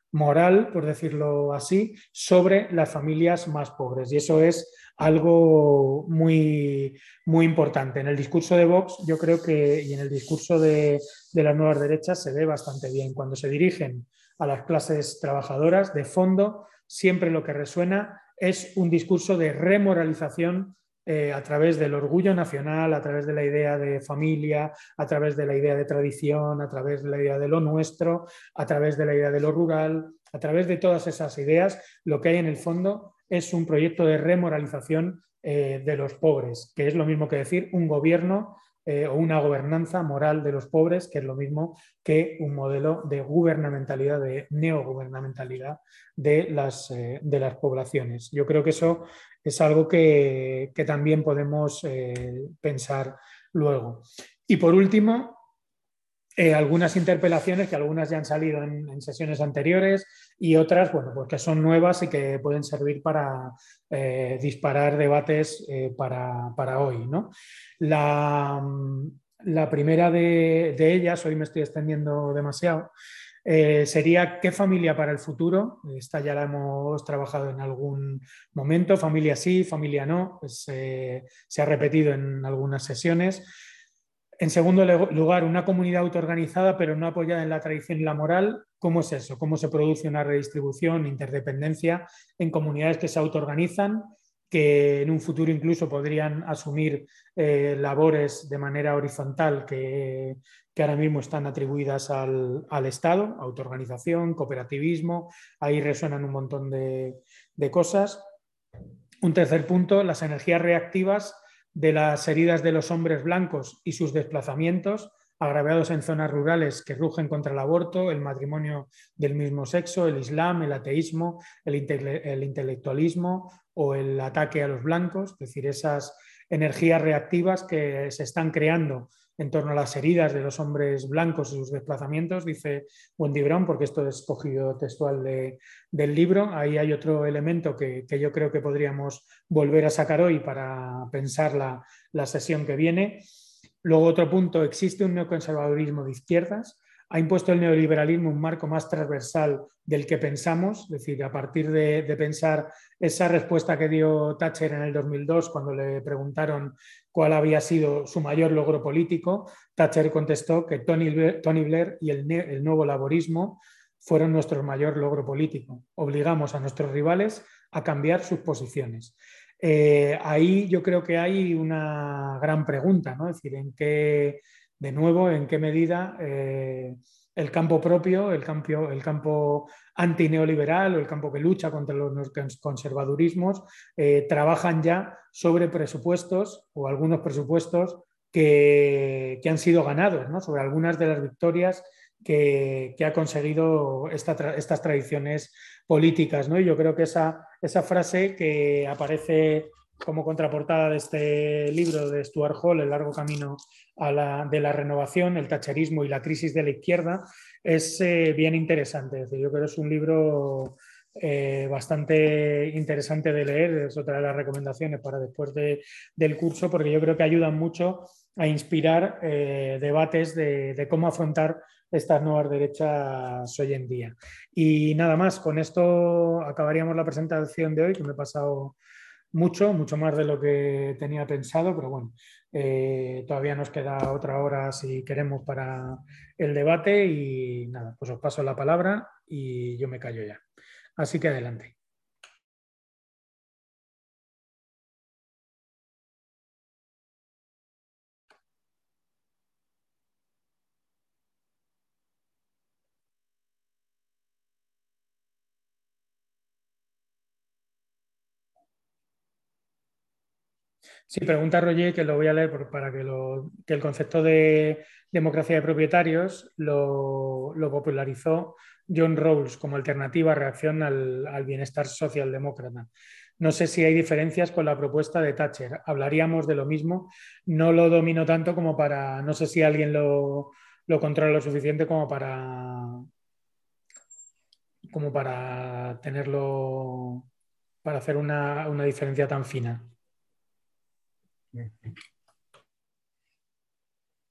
moral, por decirlo así, sobre las familias más pobres. Y eso es algo muy, muy importante. En el discurso de Vox, yo creo que, y en el discurso de las nuevas derechas, se ve bastante bien. Cuando se dirigen a las clases trabajadoras, de fondo, siempre lo que resuena es un discurso de remoralización a través del orgullo nacional, a través de la idea de familia, a través de la idea de tradición, a través de la idea de lo nuestro, a través de la idea de lo rural, a través de todas esas ideas, lo que hay en el fondo es un proyecto de remoralización de los pobres, que es lo mismo que decir un gobierno o una gobernanza moral de los pobres, que es lo mismo que un modelo de gubernamentalidad, de neogubernamentalidad de las poblaciones. Yo creo que eso es algo que también podemos pensar luego. Y por último, algunas interpelaciones que algunas ya han salido en sesiones anteriores y otras, bueno, pues que son nuevas y que pueden servir para disparar debates para hoy, ¿no? La, la primera de ellas, hoy me estoy extendiendo demasiado, sería ¿qué familia para el futuro? Esta ya la hemos trabajado en algún momento, familia sí, familia no, pues, se ha repetido en algunas sesiones. En segundo lugar, una comunidad autoorganizada pero no apoyada en la tradición y la moral. ¿Cómo es eso? ¿Cómo se produce una redistribución, interdependencia en comunidades que se autoorganizan, que en un futuro incluso podrían asumir labores de manera horizontal que ahora mismo están atribuidas al Estado, autoorganización, cooperativismo? Ahí resuenan un montón de cosas. Un tercer punto, las energías reactivas de las heridas de los hombres blancos y sus desplazamientos, agravados en zonas rurales que rugen contra el aborto, el matrimonio del mismo sexo, el islam, el ateísmo, el intelectualismo o el ataque a los blancos, es decir, esas energías reactivas que se están creando en torno a las heridas de los hombres blancos y sus desplazamientos, dice Wendy Brown, porque esto es cogido textual del libro. Ahí hay otro elemento que yo creo que podríamos volver a sacar hoy para pensar la sesión que viene. Luego, otro punto, existe un neoconservadurismo de izquierdas. Ha impuesto el neoliberalismo un marco más transversal del que pensamos, es decir, a partir de pensar esa respuesta que dio Thatcher en el 2002 cuando le preguntaron cuál había sido su mayor logro político, Thatcher contestó que Tony Blair y el nuevo laborismo fueron nuestro mayor logro político. Obligamos a nuestros rivales a cambiar sus posiciones. Ahí yo creo que hay una gran pregunta, ¿no? Es decir, de nuevo, en qué medida el campo propio, el campo antineoliberal o el campo que lucha contra los conservadurismos, trabajan ya sobre presupuestos o algunos presupuestos que han sido ganados, ¿no? Sobre algunas de las victorias que ha conseguido estas tradiciones políticas, ¿no? Y yo creo que esa frase que aparece como contraportada de este libro de Stuart Hall, El largo camino de la renovación, el tacherismo y la crisis de la izquierda, es bien interesante. Es decir, yo creo que es un libro bastante interesante de leer, es otra de las recomendaciones para después del curso, porque yo creo que ayudan mucho a inspirar debates de cómo afrontar estas nuevas derechas hoy en día. Y nada más, con esto acabaríamos la presentación de hoy, que me he pasado mucho más de lo que tenía pensado, pero bueno, todavía nos queda otra hora si queremos para el debate y nada, pues os paso la palabra y yo me callo ya. Así que adelante. Sí, pregunta Roger, que lo voy a leer para que el concepto de democracia de propietarios lo popularizó John Rawls como alternativa a reacción al bienestar socialdemócrata. No sé si hay diferencias con la propuesta de Thatcher. Hablaríamos de lo mismo. No lo domino tanto como para, no sé si alguien lo controla lo suficiente como para tenerlo, para hacer una diferencia tan fina.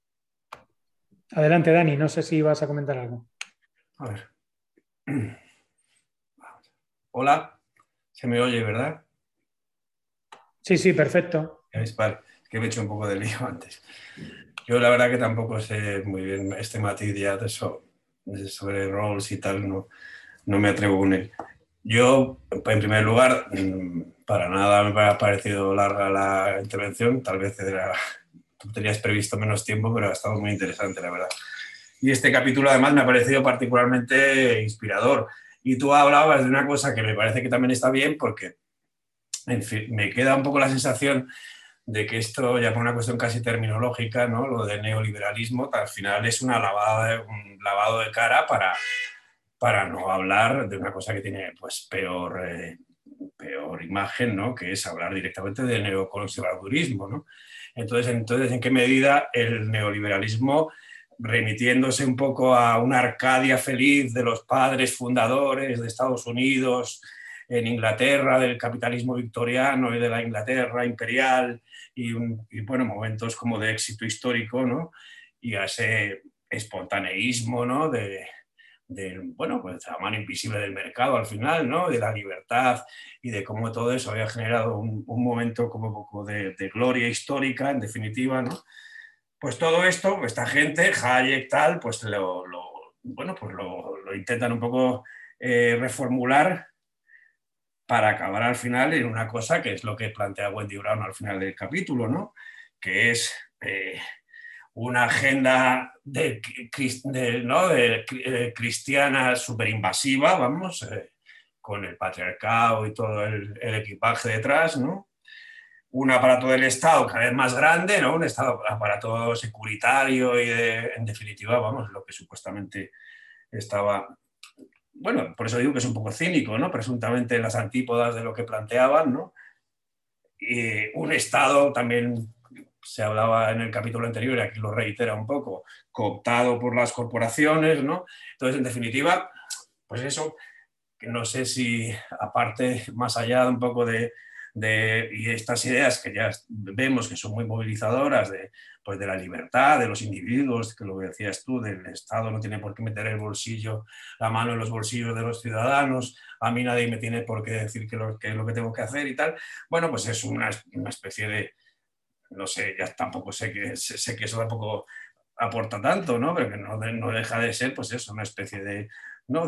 Adelante, Dani, no sé si vas a comentar algo. A ver. Hola, se me oye, ¿verdad? Sí, sí, perfecto. Vale, es que me he hecho un poco de lío antes. Yo la verdad que tampoco sé muy bien este matiz ya de eso, sobre roles y tal, no me atrevo con él. Yo, en primer lugar, para nada me ha parecido larga la intervención, tal vez tú tenías previsto menos tiempo, pero ha estado muy interesante, la verdad. Y este capítulo además me ha parecido particularmente inspirador. Y tú hablabas de una cosa que me parece que también está bien, porque en fin, me queda un poco la sensación de que esto, ya por una cuestión casi terminológica, ¿no? Lo de neoliberalismo, al final es un lavado de cara para no hablar de una cosa que tiene pues peor imagen, ¿no? Que es hablar directamente de neoconservadurismo, ¿no? Entonces, ¿en qué medida el neoliberalismo, remitiéndose un poco a una Arcadia feliz de los padres fundadores de Estados Unidos, en Inglaterra, del capitalismo victoriano y de la Inglaterra imperial, y bueno, momentos como de éxito histórico, ¿no? Y a ese espontaneísmo, ¿no? Bueno, pues la mano invisible del mercado al final, ¿no? De la libertad y de cómo todo eso había generado un momento como un poco de gloria histórica, en definitiva, ¿no? Pues todo esto, esta gente, Hayek, tal, pues bueno, pues lo intentan un poco reformular para acabar al final en una cosa que es lo que plantea Wendy Brown al final del capítulo, ¿no? Que es una agenda ¿no? Cristiana súper invasiva, vamos, con el patriarcado y todo el equipaje detrás, ¿no? Un aparato del Estado cada vez más grande, ¿no? Un aparato securitario y en definitiva, vamos, lo que supuestamente estaba... Bueno, por eso digo que es un poco cínico, ¿no? Presuntamente las antípodas de lo que planteaban, ¿no? Y un Estado también se hablaba en el capítulo anterior y aquí lo reitera un poco, cooptado por las corporaciones, ¿no? Entonces, en definitiva, pues eso, que no sé si aparte, más allá de un poco y estas ideas que ya vemos que son muy movilizadoras pues de la libertad de los individuos, que lo que decías tú, del Estado no tiene por qué meter la mano en los bolsillos de los ciudadanos, a mí nadie me tiene por qué decir qué es lo que tengo que hacer y tal. Bueno, pues es una especie de, no sé, ya tampoco sé que eso tampoco aporta tanto, ¿no? Pero que no deja de ser, pues eso, una especie ¿no?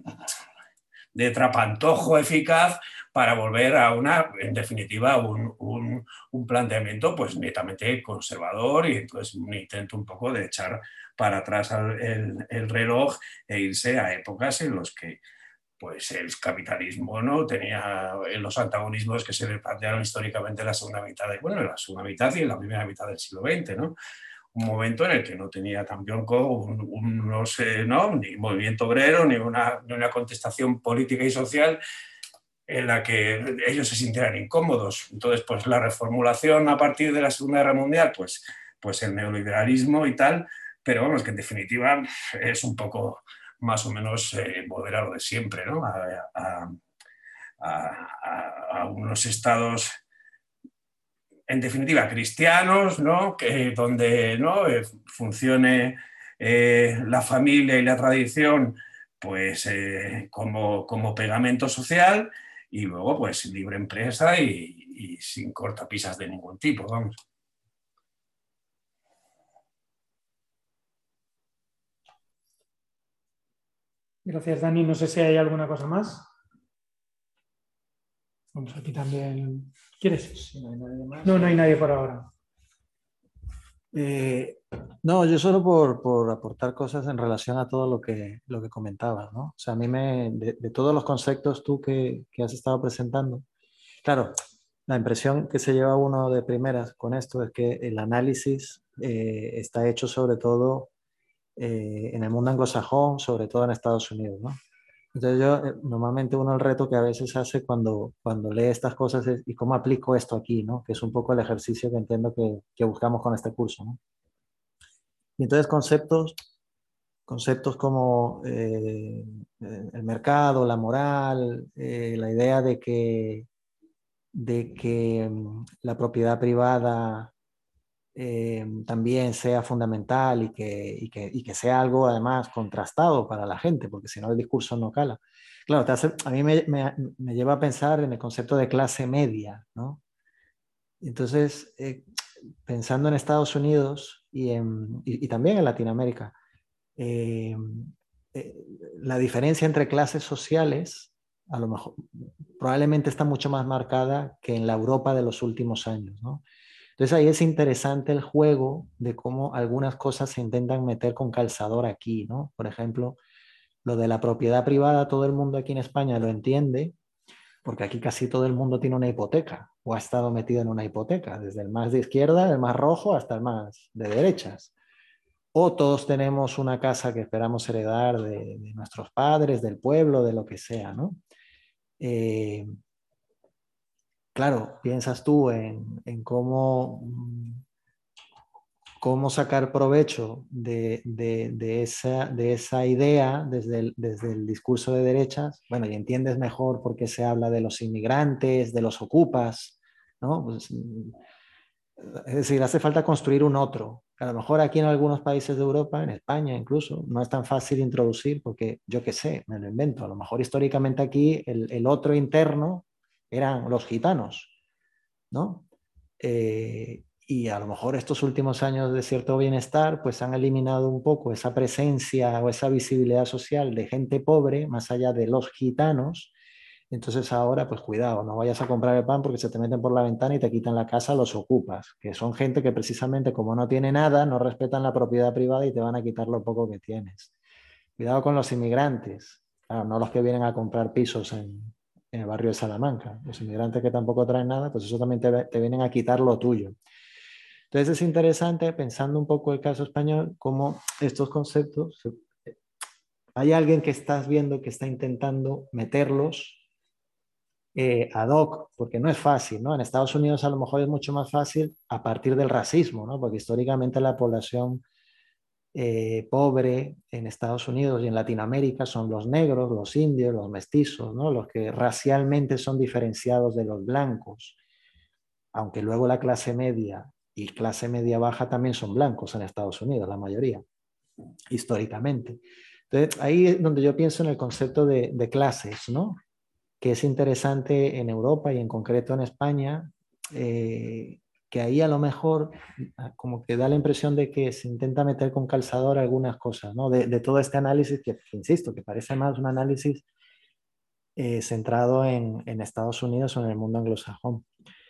de trapantojo eficaz para volver a en definitiva, un planteamiento pues netamente conservador, y entonces un intento un poco de echar para atrás el reloj e irse a épocas en los que pues el capitalismo no tenía los antagonismos que se le plantearon históricamente en la segunda mitad en la segunda mitad y en la primera mitad del siglo XX, ¿no? Un momento en el que no tenía tampoco no sé, ¿no? Ni movimiento obrero, ni una contestación política y social en la que ellos se sintieran incómodos. Entonces, pues la reformulación a partir de la Segunda Guerra Mundial, pues el neoliberalismo y tal, pero vamos, que en definitiva es un poco más o menos volver a lo de siempre, ¿no? A unos estados en definitiva, cristianos, ¿no? Donde ¿no? Funcione la familia y la tradición pues, como pegamento social, y luego pues libre empresa y sin cortapisas de ningún tipo, vamos. Gracias, Dani. No sé si hay alguna cosa más. Vamos aquí también. ¿Quieres? Si no hay nadie más. No, no hay nadie por ahora. No, yo solo por aportar cosas en relación a todo lo que comentabas, ¿no? O sea, a mí de todos los conceptos tú que has estado presentando, claro, la impresión que se lleva uno de primeras con esto es que el análisis está hecho sobre todo en el mundo anglosajón, sobre todo en Estados Unidos, ¿no? Entonces normalmente uno el reto que a veces hace cuando lee estas cosas es ¿y cómo aplico esto aquí, ¿no? Que es un poco el ejercicio que entiendo que buscamos con este curso, ¿no? Y entonces conceptos como el mercado, la moral, la idea de que la propiedad privada también sea fundamental y que sea algo además contrastado para la gente, porque si no el discurso no cala. Claro, a mí me lleva a pensar en el concepto de clase media, ¿no? Entonces, pensando en Estados Unidos y también en Latinoamérica, eh, eh, la diferencia entre clases sociales a lo mejor probablemente está mucho más marcada que en la Europa de los últimos años, ¿no? Entonces ahí es interesante el juego de cómo algunas cosas se intentan meter con calzador aquí, ¿no? Por ejemplo, lo de la propiedad privada, todo el mundo aquí en España lo entiende, porque aquí casi todo el mundo tiene una hipoteca o ha estado metido en una hipoteca, desde el más de izquierda, el más rojo, hasta el más de derechas. O todos tenemos una casa que esperamos heredar de nuestros padres, del pueblo, de lo que sea, ¿no? Eh, claro, piensas tú en cómo sacar provecho de esa idea desde el discurso de derechas, bueno, y entiendes mejor por qué se habla de los inmigrantes, de los ocupas, ¿no? Pues, es decir, hace falta construir un otro. A lo mejor aquí en algunos países de Europa, en España incluso, no es tan fácil introducir porque yo qué sé, me lo invento. A lo mejor históricamente aquí el otro interno eran los gitanos, ¿no? Y a lo mejor estos últimos años de cierto bienestar pues han eliminado un poco esa presencia o esa visibilidad social de gente pobre más allá de los gitanos. Entonces ahora pues cuidado, no vayas a comprar el pan porque se te meten por la ventana y te quitan la casa los ocupas, que son gente que precisamente como no tiene nada, no respetan la propiedad privada y te van a quitar lo poco que tienes. Cuidado con los inmigrantes, claro, no los que vienen a comprar pisos en el barrio de Salamanca. Los inmigrantes que tampoco traen nada, pues eso también te vienen a quitar lo tuyo. Entonces es interesante, pensando un poco el caso español, cómo estos conceptos, hay alguien que estás viendo que está intentando meterlos ad hoc, porque no es fácil, ¿no? En Estados Unidos a lo mejor es mucho más fácil a partir del racismo, ¿no? Porque históricamente la población pobre en Estados Unidos y en Latinoamérica son los negros, los indios, los mestizos, ¿no? Los que racialmente son diferenciados de los blancos, aunque luego la clase media y clase media baja también son blancos en Estados Unidos, la mayoría, históricamente. Entonces, ahí es donde yo pienso en el concepto de clases, ¿no? Que es interesante en Europa y en concreto en España, que ahí a lo mejor como que da la impresión de que se intenta meter con calzador algunas cosas, ¿no? De todo este análisis que, insisto, que parece más un análisis centrado en Estados Unidos o en el mundo anglosajón.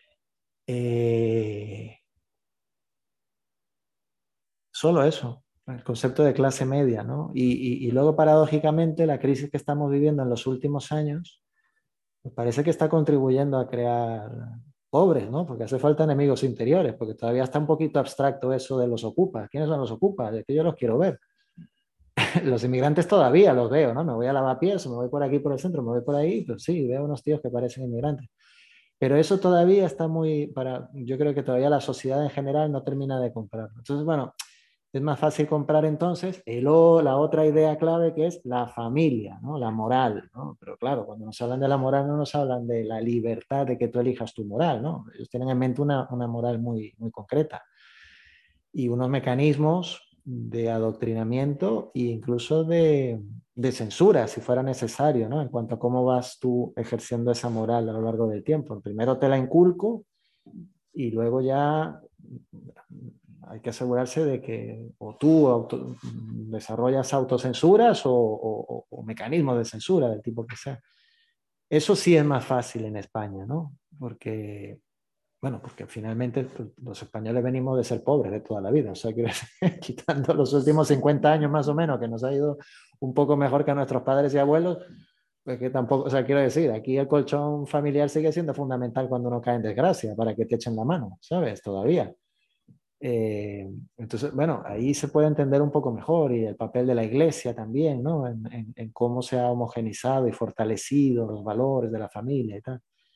Solo eso, el concepto de clase media, ¿no? Y luego, paradójicamente, la crisis que estamos viviendo en los últimos años, pues parece que está contribuyendo a crear pobres, ¿no? Porque hace falta enemigos interiores, porque todavía está un poquito abstracto eso de los ocupas. ¿Quiénes son los ocupas? Es que yo los quiero ver. Los inmigrantes todavía los veo, ¿no? Me voy a Lavapiés, me voy por aquí por el centro, me voy por ahí, pues sí, veo unos tíos que parecen inmigrantes. Pero eso todavía está yo creo que todavía la sociedad en general no termina de comprarlo. Entonces, bueno, es más fácil comprar entonces la otra idea clave que es la familia, ¿no? La moral, ¿no? Pero claro, cuando nos hablan de la moral no nos hablan de la libertad de que tú elijas tu moral, ¿no? Ellos tienen en mente una moral muy, muy concreta y unos mecanismos de adoctrinamiento e incluso de censura, si fuera necesario, ¿no? En cuanto a cómo vas tú ejerciendo esa moral a lo largo del tiempo. Primero te la inculco y luego ya hay que asegurarse de que o tú desarrollas autocensuras o mecanismos de censura del tipo que sea. Eso sí es más fácil en España, ¿no? Porque, bueno, porque finalmente pues, los españoles venimos de ser pobres de toda la vida. O sea, que quitando los últimos 50 años más o menos, que nos ha ido un poco mejor que a nuestros padres y abuelos, pues que tampoco, o sea, quiero decir, aquí el colchón familiar sigue siendo fundamental cuando uno cae en desgracia, para que te echen la mano, ¿sabes? Todavía. Entonces, bueno, ahí se puede entender un poco mejor y el papel de la iglesia también, ¿no? En cómo se ha homogenizado y fortalecido los valores de la familia y tal.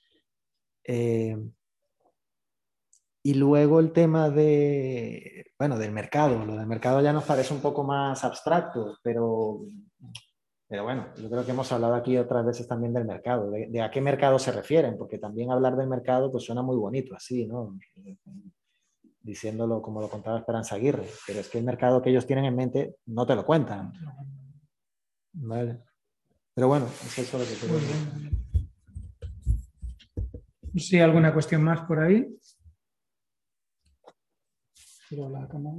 Y luego el tema bueno, del mercado. Lo del mercado ya nos parece un poco más abstracto, pero bueno, yo creo que hemos hablado aquí otras veces también del mercado, de a qué mercado se refieren, porque también hablar del mercado pues suena muy bonito así, ¿no? diciéndolo como lo contaba Esperanza Aguirre, pero es que el mercado que ellos tienen en mente no te lo cuentan. Vale. Pero bueno, es eso lo que quería decir. ¿Sí alguna cuestión más por ahí? Giro la cámara.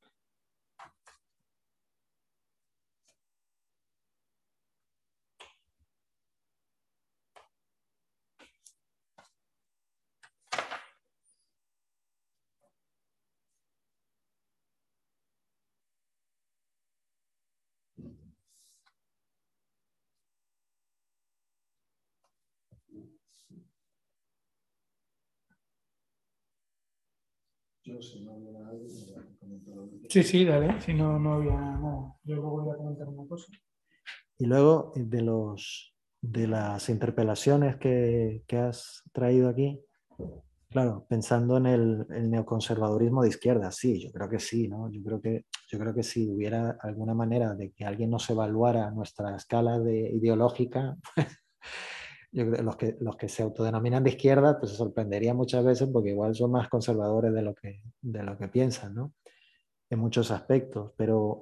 Sí, sí, dale. Si no, no había nada. Yo luego voy a comentar una cosa. Y luego de las interpelaciones que has traído aquí, claro, pensando en el neoconservadurismo de izquierda, sí, yo creo que sí, ¿no? Yo creo que si hubiera alguna manera de que alguien nos evaluara nuestra escala ideológica, yo creo que los que se autodenominan de izquierda, pues se sorprenderían muchas veces porque igual son más conservadores de lo que piensan, ¿no? En muchos aspectos,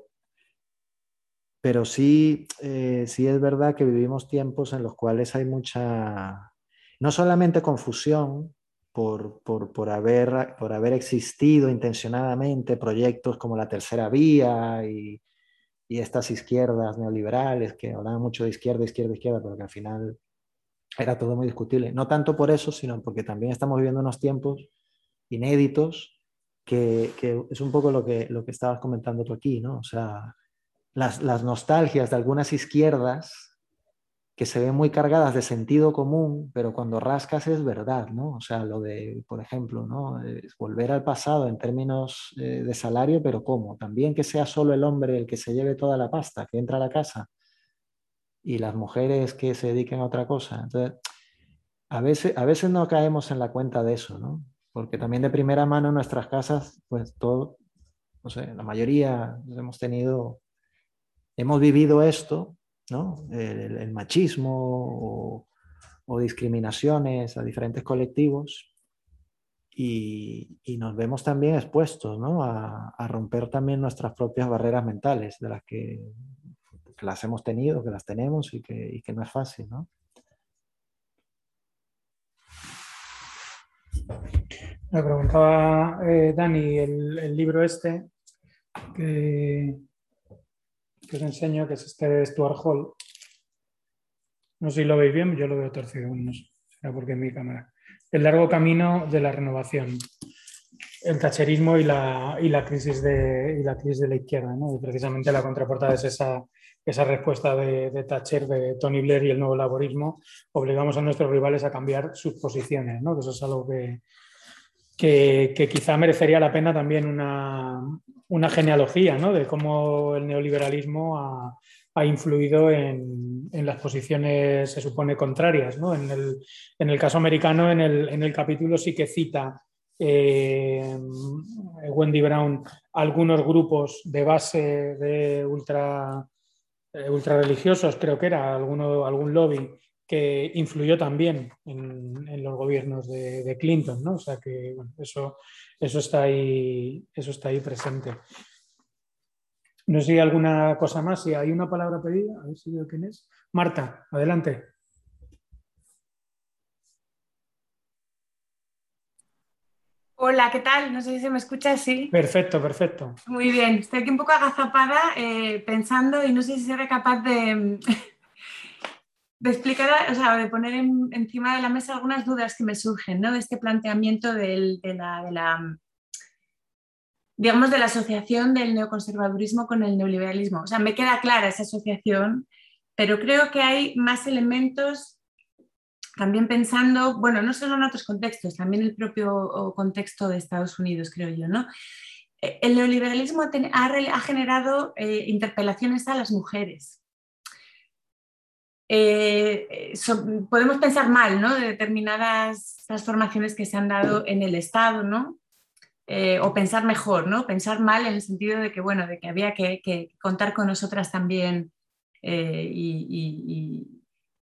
pero sí, sí es verdad que vivimos tiempos en los cuales hay mucha, no solamente confusión por haber existido intencionadamente proyectos como la Tercera Vía y estas izquierdas neoliberales que hablaban mucho de izquierda, izquierda, izquierda, pero que al final era todo muy discutible. No tanto por eso, sino porque también estamos viviendo unos tiempos inéditos que es un poco lo que estabas comentando tú aquí, ¿no? O sea, las nostalgias de algunas izquierdas que se ven muy cargadas de sentido común, pero cuando rascas es verdad, ¿no? O sea, lo de, por ejemplo, ¿no? Es volver al pasado en términos de salario, pero ¿cómo? También que sea solo el hombre el que se lleve toda la pasta, que entra a la casa, y las mujeres que se dediquen a otra cosa. Entonces, a veces no caemos en la cuenta de eso, ¿no? Porque también de primera mano en nuestras casas, pues todo, no sé, la mayoría hemos vivido esto, ¿no? El machismo o discriminaciones a diferentes colectivos y nos vemos también expuestos, ¿no? A romper también nuestras propias barreras mentales de las que las hemos tenido, que las tenemos y que no es fácil, ¿no? Me preguntaba Dani el libro este que os enseño, que es este de Stuart Hall. No sé si lo veis bien, yo lo veo torcido, no sé, será porque es mi cámara. El largo camino de la renovación, el thatcherismo y la crisis de la izquierda, ¿no? Y precisamente la contraportada es esa respuesta de Thatcher, de Tony Blair y el nuevo laborismo. Obligamos a nuestros rivales a cambiar sus posiciones, ¿no? Que eso es algo que quizá merecería la pena también una genealogía, ¿no? De cómo el neoliberalismo ha influido en las posiciones, se supone, contrarias, ¿no? En el caso americano, en el capítulo sí que cita Wendy Brown algunos grupos de base de ultra religiosos, creo que era algún lobby que influyó también en los gobiernos de Clinton, ¿no? O sea que bueno, eso está ahí presente. No sé si hay alguna cosa más, si hay una palabra pedida, a ver si veo quién es. Marta, adelante. Hola, ¿qué tal? No sé si se me escucha así. Perfecto, perfecto. Muy bien, estoy aquí un poco agazapada pensando y no sé si seré capaz de explicar, o sea, de poner encima de la mesa algunas dudas que me surgen, ¿no? De este planteamiento digamos, de la asociación del neoconservadurismo con el neoliberalismo. O sea, me queda clara esa asociación, pero creo que hay más elementos también pensando, bueno, no solo en otros contextos, también el propio contexto de Estados Unidos, creo yo, ¿no? El neoliberalismo ha generado interpelaciones a las mujeres. Podemos pensar mal, ¿no? De determinadas transformaciones que se han dado en el Estado, ¿no? O pensar mejor, ¿no? Pensar mal en el sentido de que, bueno, de que había que contar con nosotras también y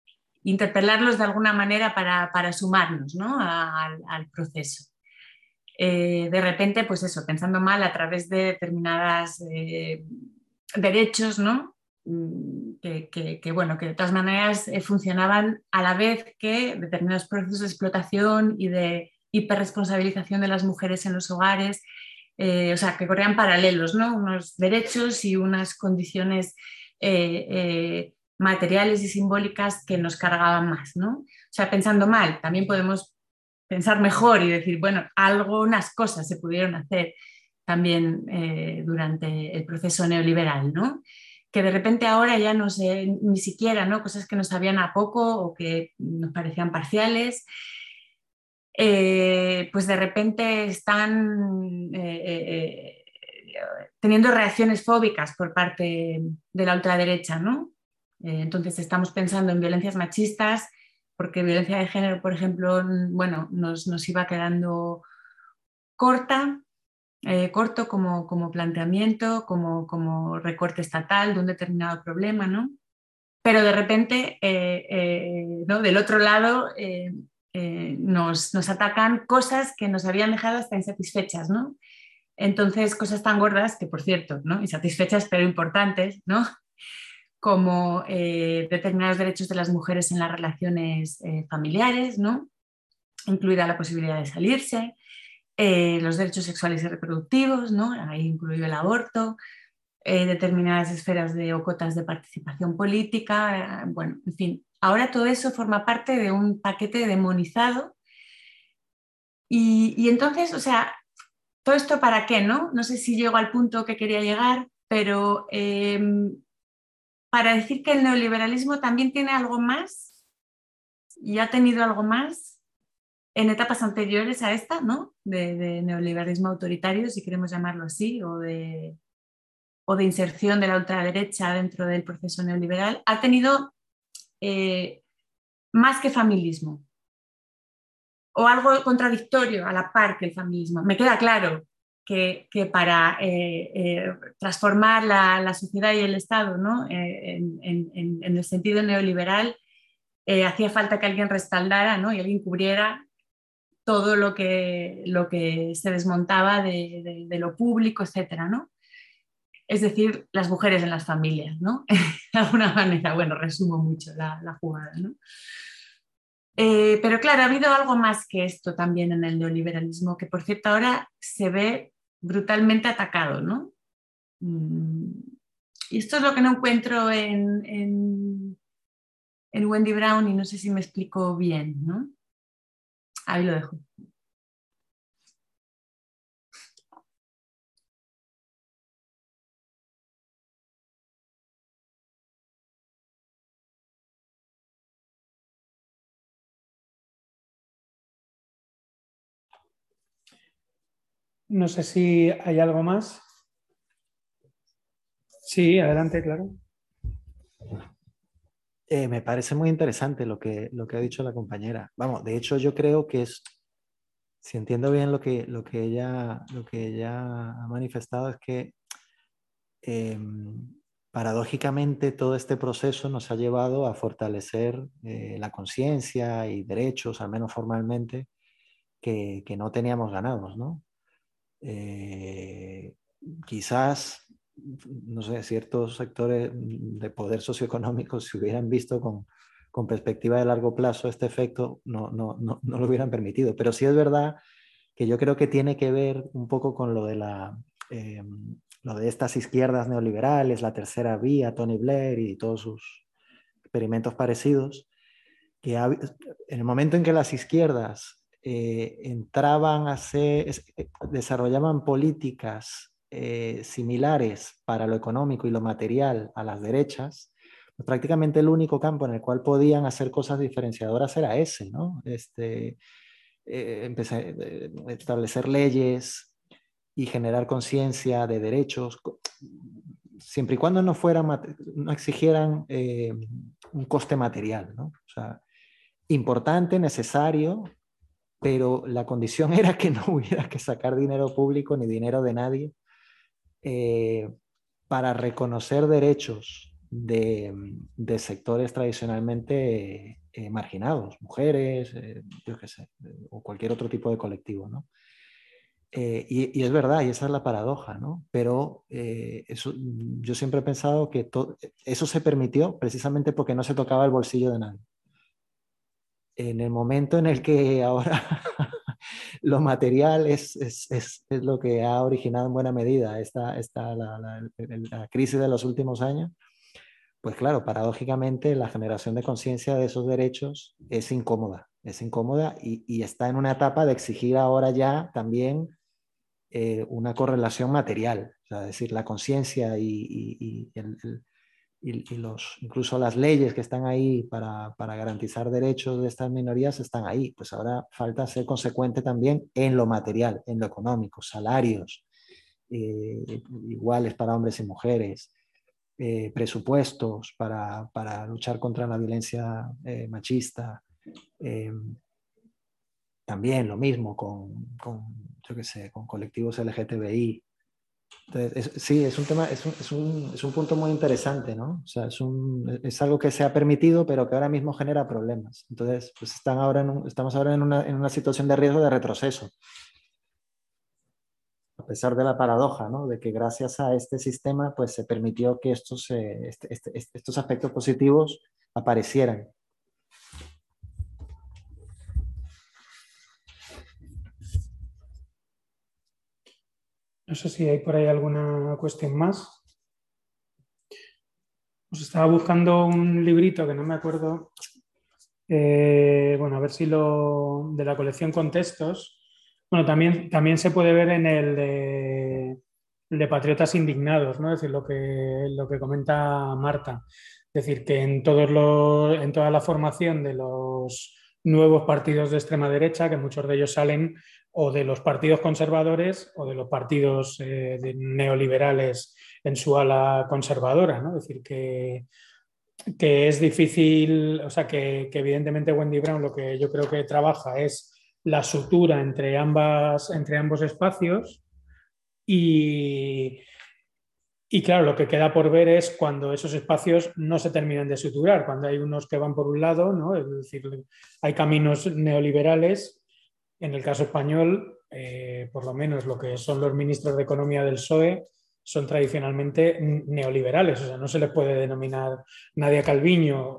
interpelarlos de alguna manera para sumarnos, ¿no? al proceso. de repente, pues eso, pensando mal a través de determinados derechos, ¿no? Bueno, que de todas maneras funcionaban a la vez que determinados procesos de explotación y de hiperresponsabilización de las mujeres en los hogares, o sea, que corrían paralelos, ¿no? Unos derechos y unas condiciones materiales y simbólicas que nos cargaban más, ¿no? O sea, pensando mal, también podemos pensar mejor y decir, bueno, algunas cosas se pudieron hacer también durante el proceso neoliberal, ¿no? Que de repente ahora ya no sé ni siquiera, ¿no? Cosas que nos sabían a poco o que nos parecían parciales, pues de repente están teniendo reacciones fóbicas por parte de la ultraderecha, ¿no? Entonces estamos pensando en violencias machistas, porque violencia de género, por ejemplo, bueno, nos iba quedando corto como planteamiento, como recorte estatal de un determinado problema, ¿no? Pero de repente, ¿no? Del otro lado, nos atacan cosas que nos habían dejado hasta insatisfechas, ¿no? Entonces, cosas tan gordas que, por cierto, ¿no? Insatisfechas pero importantes, ¿no? Como determinados derechos de las mujeres en las relaciones familiares, ¿no? Incluida la posibilidad de salirse, los derechos sexuales y reproductivos, ¿no? Ahí incluido el aborto, determinadas esferas o cotas de participación política, bueno, en fin. Ahora todo eso forma parte de un paquete demonizado y entonces, o sea, ¿todo esto para qué, no? No sé si llego al punto que quería llegar, pero para decir que el neoliberalismo también tiene algo más y ha tenido algo más en etapas anteriores a esta, ¿no? De neoliberalismo autoritario, si queremos llamarlo así, o de inserción de la ultraderecha dentro del proceso neoliberal, ha tenido más que familismo o algo contradictorio a la par que el feminismo. Me queda claro que para transformar la sociedad y el Estado, ¿no? En el sentido neoliberal, hacía falta que alguien respaldara, ¿no? Y alguien cubriera todo lo que se desmontaba de lo público, etcétera, ¿no? Es decir, las mujeres en las familias, ¿no? De alguna manera, bueno, resumo mucho la jugada, ¿no? Pero claro, ha habido algo más que esto también en el neoliberalismo, que por cierto ahora se ve brutalmente atacado, ¿no? Y esto es lo que no encuentro en Wendy Brown y no sé si me explico bien, ¿no? Ahí lo dejo. No sé si hay algo más. Sí, adelante, claro. Me parece muy interesante lo que ha dicho la compañera. Vamos, de hecho yo creo que es, si entiendo bien lo que ella ha manifestado, es que paradójicamente todo este proceso nos ha llevado a fortalecer la conciencia y derechos, al menos formalmente, que no teníamos ganados, ¿no? Quizás, no sé, ciertos sectores de poder socioeconómico, si hubieran visto con perspectiva de largo plazo este efecto, no lo hubieran permitido. Pero sí es verdad que yo creo que tiene que ver un poco con lo de lo de estas izquierdas neoliberales, la tercera vía, Tony Blair y todos sus experimentos parecidos, que en el momento en que las izquierdas entraban desarrollaban políticas similares para lo económico y lo material a las derechas, pues prácticamente el único campo en el cual podían hacer cosas diferenciadoras era ese, ¿no? Empezar a establecer leyes y generar conciencia de derechos, siempre y cuando no exigieran un coste material, ¿no? O sea, importante, necesario, pero la condición era que no hubiera que sacar dinero público ni dinero de nadie para reconocer derechos de sectores tradicionalmente marginados, mujeres, yo qué sé, o cualquier otro tipo de colectivo, ¿no? Y es verdad, y esa es la paradoja, ¿no? Pero yo siempre he pensado que eso se permitió precisamente porque no se tocaba el bolsillo de nadie. En el momento en el que ahora lo material es lo que ha originado en buena medida la crisis de los últimos años, pues claro, paradójicamente la generación de conciencia de esos derechos es incómoda y está en una etapa de exigir ahora ya también una correlación material, o sea, es decir, la conciencia incluso las leyes que están ahí para garantizar derechos de estas minorías están ahí. Pues ahora falta ser consecuente también en lo material, en lo económico, salarios iguales para hombres y mujeres, presupuestos para luchar contra la violencia machista. También lo mismo yo qué sé, con colectivos LGTBI. Entonces, sí, es un tema, es un punto muy interesante, ¿no? O sea, es algo que se ha permitido, pero que ahora mismo genera problemas. Entonces, pues estamos ahora en una situación de riesgo de retroceso. A pesar de la paradoja, ¿no? De que gracias a este sistema, pues se permitió que estos aspectos positivos aparecieran. No sé si hay por ahí alguna cuestión más. Os estaba buscando un librito que no me acuerdo, bueno, a ver si de la colección Contextos. Bueno, también se puede ver en el de Patriotas Indignados, ¿no? Es decir, lo que comenta Marta. Es decir, que en toda la formación de los nuevos partidos de extrema derecha, que muchos de ellos salen o de los partidos conservadores o de los partidos neoliberales en su ala conservadora, ¿no? Es decir, que es difícil, o sea, que evidentemente Wendy Brown lo que yo creo que trabaja es la sutura entre ambos espacios y claro, lo que queda por ver es cuando esos espacios no se terminan de suturar, cuando hay unos que van por un lado, ¿no? Es decir, hay caminos neoliberales. En el caso español, por lo menos lo que son los ministros de Economía del PSOE son tradicionalmente neoliberales, o sea, no se les puede denominar Nadia Calviño,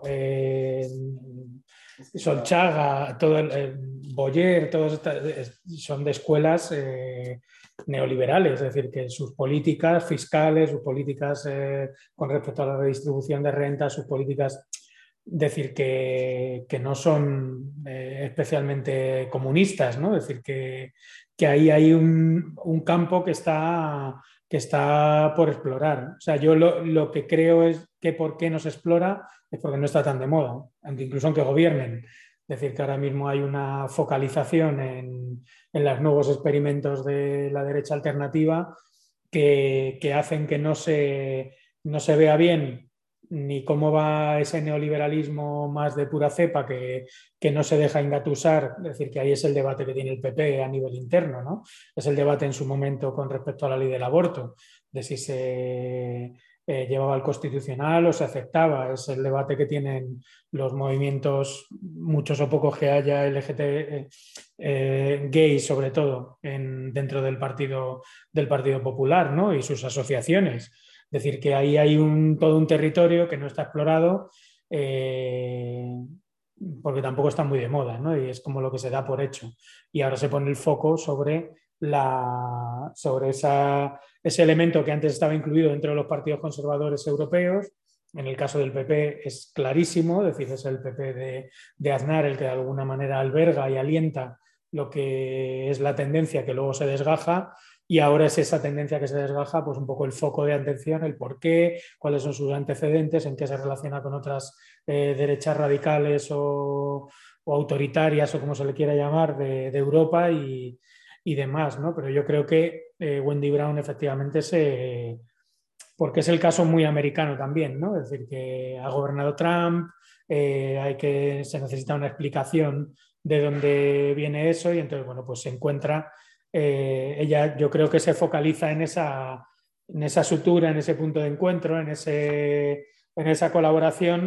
Solchaga, Boyer, todos son de escuelas neoliberales, es decir, que sus políticas fiscales, sus políticas con respecto a la redistribución de rentas, sus políticas, decir que no son especialmente comunistas, ¿no? Es decir, que ahí hay un campo que está por explorar. O sea, yo lo que creo es que por qué no se explora es porque no está tan de moda, incluso aunque gobiernen. Es decir, que ahora mismo hay una focalización en los nuevos experimentos de la derecha alternativa que hacen que no se vea bien ni cómo va ese neoliberalismo más de pura cepa que no se deja engatusar. Es decir, que ahí es el debate que tiene el PP a nivel interno, ¿no? Es el debate en su momento con respecto a la ley del aborto, de si se llevaba al constitucional o se aceptaba. Es el debate que tienen los movimientos, muchos o pocos que haya LGT, gays sobre todo, dentro del Partido Popular, ¿no? Y sus asociaciones. Es decir, que ahí hay todo un territorio que no está explorado porque tampoco está muy de moda, ¿no? Y es como lo que se da por hecho. Y ahora se pone el foco sobre ese elemento que antes estaba incluido dentro de los partidos conservadores europeos. En el caso del PP es clarísimo, es decir, es el PP de Aznar el que de alguna manera alberga y alienta lo que es la tendencia que luego se desgaja. Y ahora es esa tendencia que se desgaja, pues un poco el foco de atención, el por qué, cuáles son sus antecedentes, en qué se relaciona con otras derechas radicales o autoritarias o como se le quiera llamar de Europa y demás, ¿no? Pero yo creo que Wendy Brown efectivamente porque es el caso muy americano también, ¿no? Es decir, que ha gobernado Trump, se necesita una explicación de dónde viene eso y entonces, bueno, pues se encuentra... ella yo creo que se focaliza en esa sutura, en ese punto de encuentro, en esa colaboración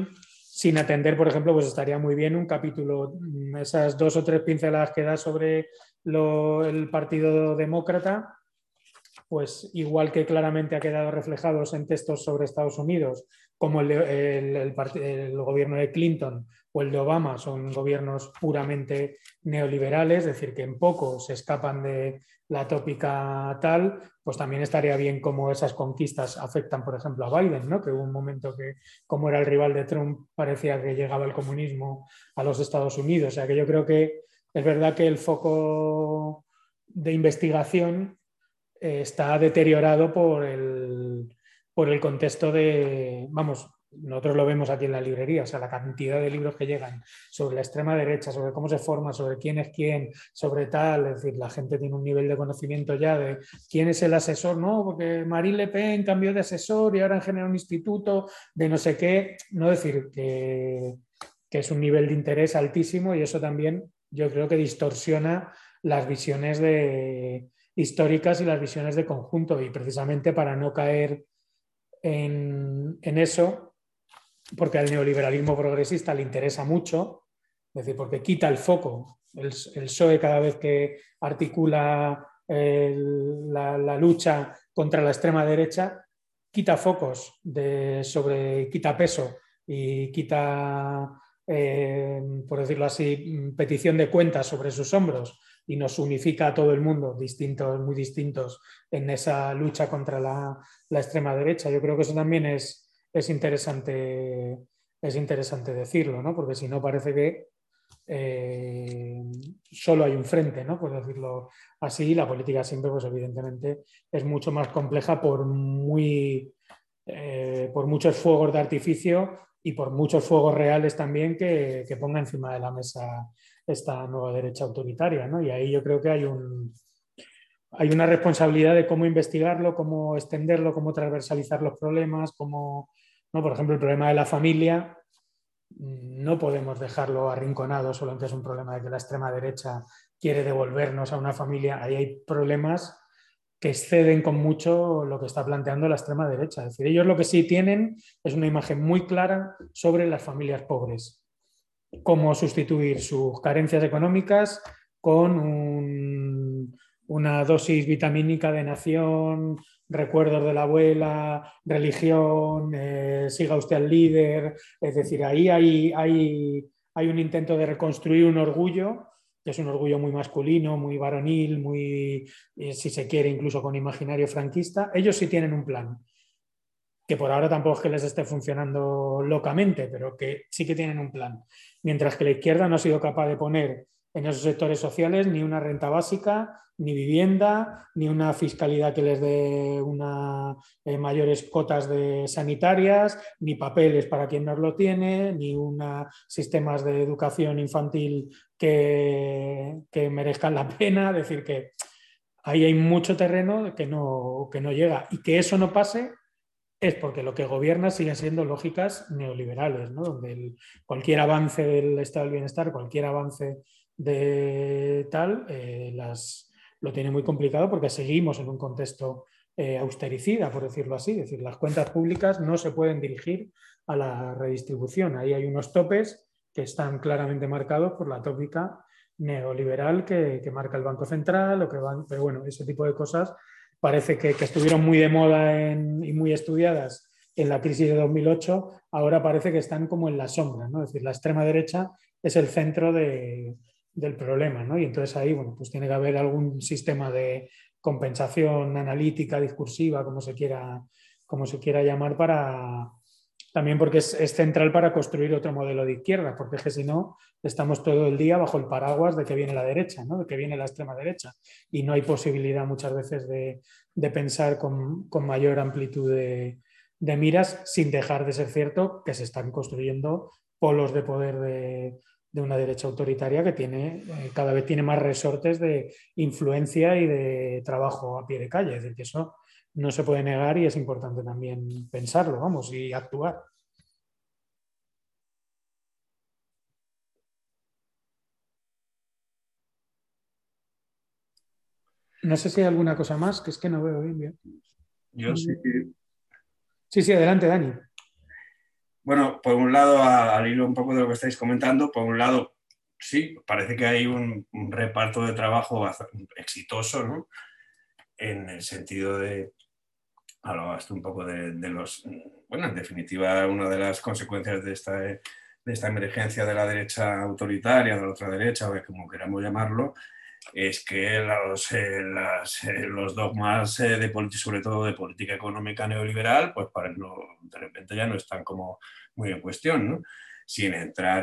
sin atender, por ejemplo, pues estaría muy bien un capítulo, esas 2 o 3 pinceladas que da sobre el Partido Demócrata, pues igual que claramente ha quedado reflejados en textos sobre Estados Unidos, como el gobierno de Clinton o el de Obama, son gobiernos puramente neoliberales, es decir, que en poco se escapan de la tópica tal, pues también estaría bien cómo esas conquistas afectan, por ejemplo, a Biden, ¿no? Que hubo un momento que, como era el rival de Trump, parecía que llegaba el comunismo a los Estados Unidos. O sea, que yo creo que es verdad que el foco de investigación está deteriorado por el contexto de, vamos, nosotros lo vemos aquí en la librería, o sea, la cantidad de libros que llegan sobre la extrema derecha, sobre cómo se forma, sobre quién es quién, sobre tal, es decir, la gente tiene un nivel de conocimiento ya de quién es el asesor, no, porque Marine Le Pen cambió de asesor y ahora han generado un instituto de no sé qué, no decir que es un nivel de interés altísimo y eso también yo creo que distorsiona las visiones históricas y las visiones de conjunto y precisamente para no caer en eso, porque al neoliberalismo progresista le interesa mucho, es decir, porque quita el foco. El PSOE cada vez que articula la lucha contra la extrema derecha, quita focos quita peso y quita, por decirlo así, petición de cuentas sobre sus hombros y nos unifica a todo el mundo, muy distintos, en esa lucha contra la extrema derecha. Yo creo que eso también es interesante decirlo, ¿no? Porque si no parece que solo hay un frente, ¿no? Por decirlo así, la política siempre, pues evidentemente, es mucho más compleja por muchos fuegos de artificio y por muchos fuegos reales también que ponga encima de la mesa esta nueva derecha autoritaria, ¿no? Y ahí yo creo que hay una responsabilidad de cómo investigarlo, cómo extenderlo, cómo transversalizar los problemas, cómo, ¿no? Por ejemplo, el problema de la familia, no podemos dejarlo arrinconado solo en que es un problema de que la extrema derecha quiere devolvernos a una familia. Ahí hay problemas que exceden con mucho lo que está planteando la extrema derecha. Es decir, ellos lo que sí tienen es una imagen muy clara sobre las familias pobres. Cómo sustituir sus carencias económicas con una dosis vitamínica de nación, recuerdos de la abuela, religión, siga usted al líder. Es decir, ahí hay un intento de reconstruir un orgullo, que es un orgullo muy masculino, muy varonil, muy, si se quiere, incluso con imaginario franquista. Ellos sí tienen un plan, que por ahora tampoco es que les esté funcionando locamente, pero que sí que tienen un plan. Mientras que la izquierda no ha sido capaz de poner en esos sectores sociales ni una renta básica, ni vivienda, ni una fiscalidad que les dé mayores cotas sanitarias, ni papeles para quien no lo tiene, ni sistemas de educación infantil que merezcan la pena. Es decir, que ahí hay mucho terreno que no llega. Y que eso no pase es porque lo que gobierna siguen siendo lógicas neoliberales, ¿no? Donde cualquier avance del estado del bienestar, cualquier avance de tal, lo tiene muy complicado porque seguimos en un contexto austericida, por decirlo así. Es decir, las cuentas públicas no se pueden dirigir a la redistribución. Ahí hay unos topes que están claramente marcados por la tópica neoliberal que marca el Banco Central, pero bueno, ese tipo de cosas parece que estuvieron muy de moda y muy estudiadas en la crisis de 2008, ahora parece que están como en la sombra, ¿no? Es decir, la extrema derecha es el centro del problema, ¿no? Y entonces ahí, bueno, pues tiene que haber algún sistema de compensación analítica, discursiva, como se quiera llamar, también porque es central para construir otro modelo de izquierda, porque es que si no, estamos todo el día bajo el paraguas de que viene la derecha, ¿no? De que viene la extrema derecha, y no hay posibilidad muchas veces de pensar con mayor amplitud de miras, sin dejar de ser cierto que se están construyendo polos de poder de una derecha autoritaria que cada vez tiene más resortes de influencia y de trabajo a pie de calle. Es decir, que eso no se puede negar y es importante también pensarlo, vamos, y actuar. No sé si hay alguna cosa más, que es que no veo bien. Yo sí. Sí, adelante, Dani. Bueno, por un lado, al hilo un poco de lo que estáis comentando, por un lado, sí, parece que hay un reparto de trabajo bastante exitoso, ¿no? En el sentido de, hablabas tú un poco de los, bueno, en definitiva, una de las consecuencias de esta emergencia de la derecha autoritaria, de la ultraderecha, o como queramos llamarlo, es que los dogmas sobre todo de política económica neoliberal, pues de repente ya no están como muy en cuestión, ¿no? Sin entrar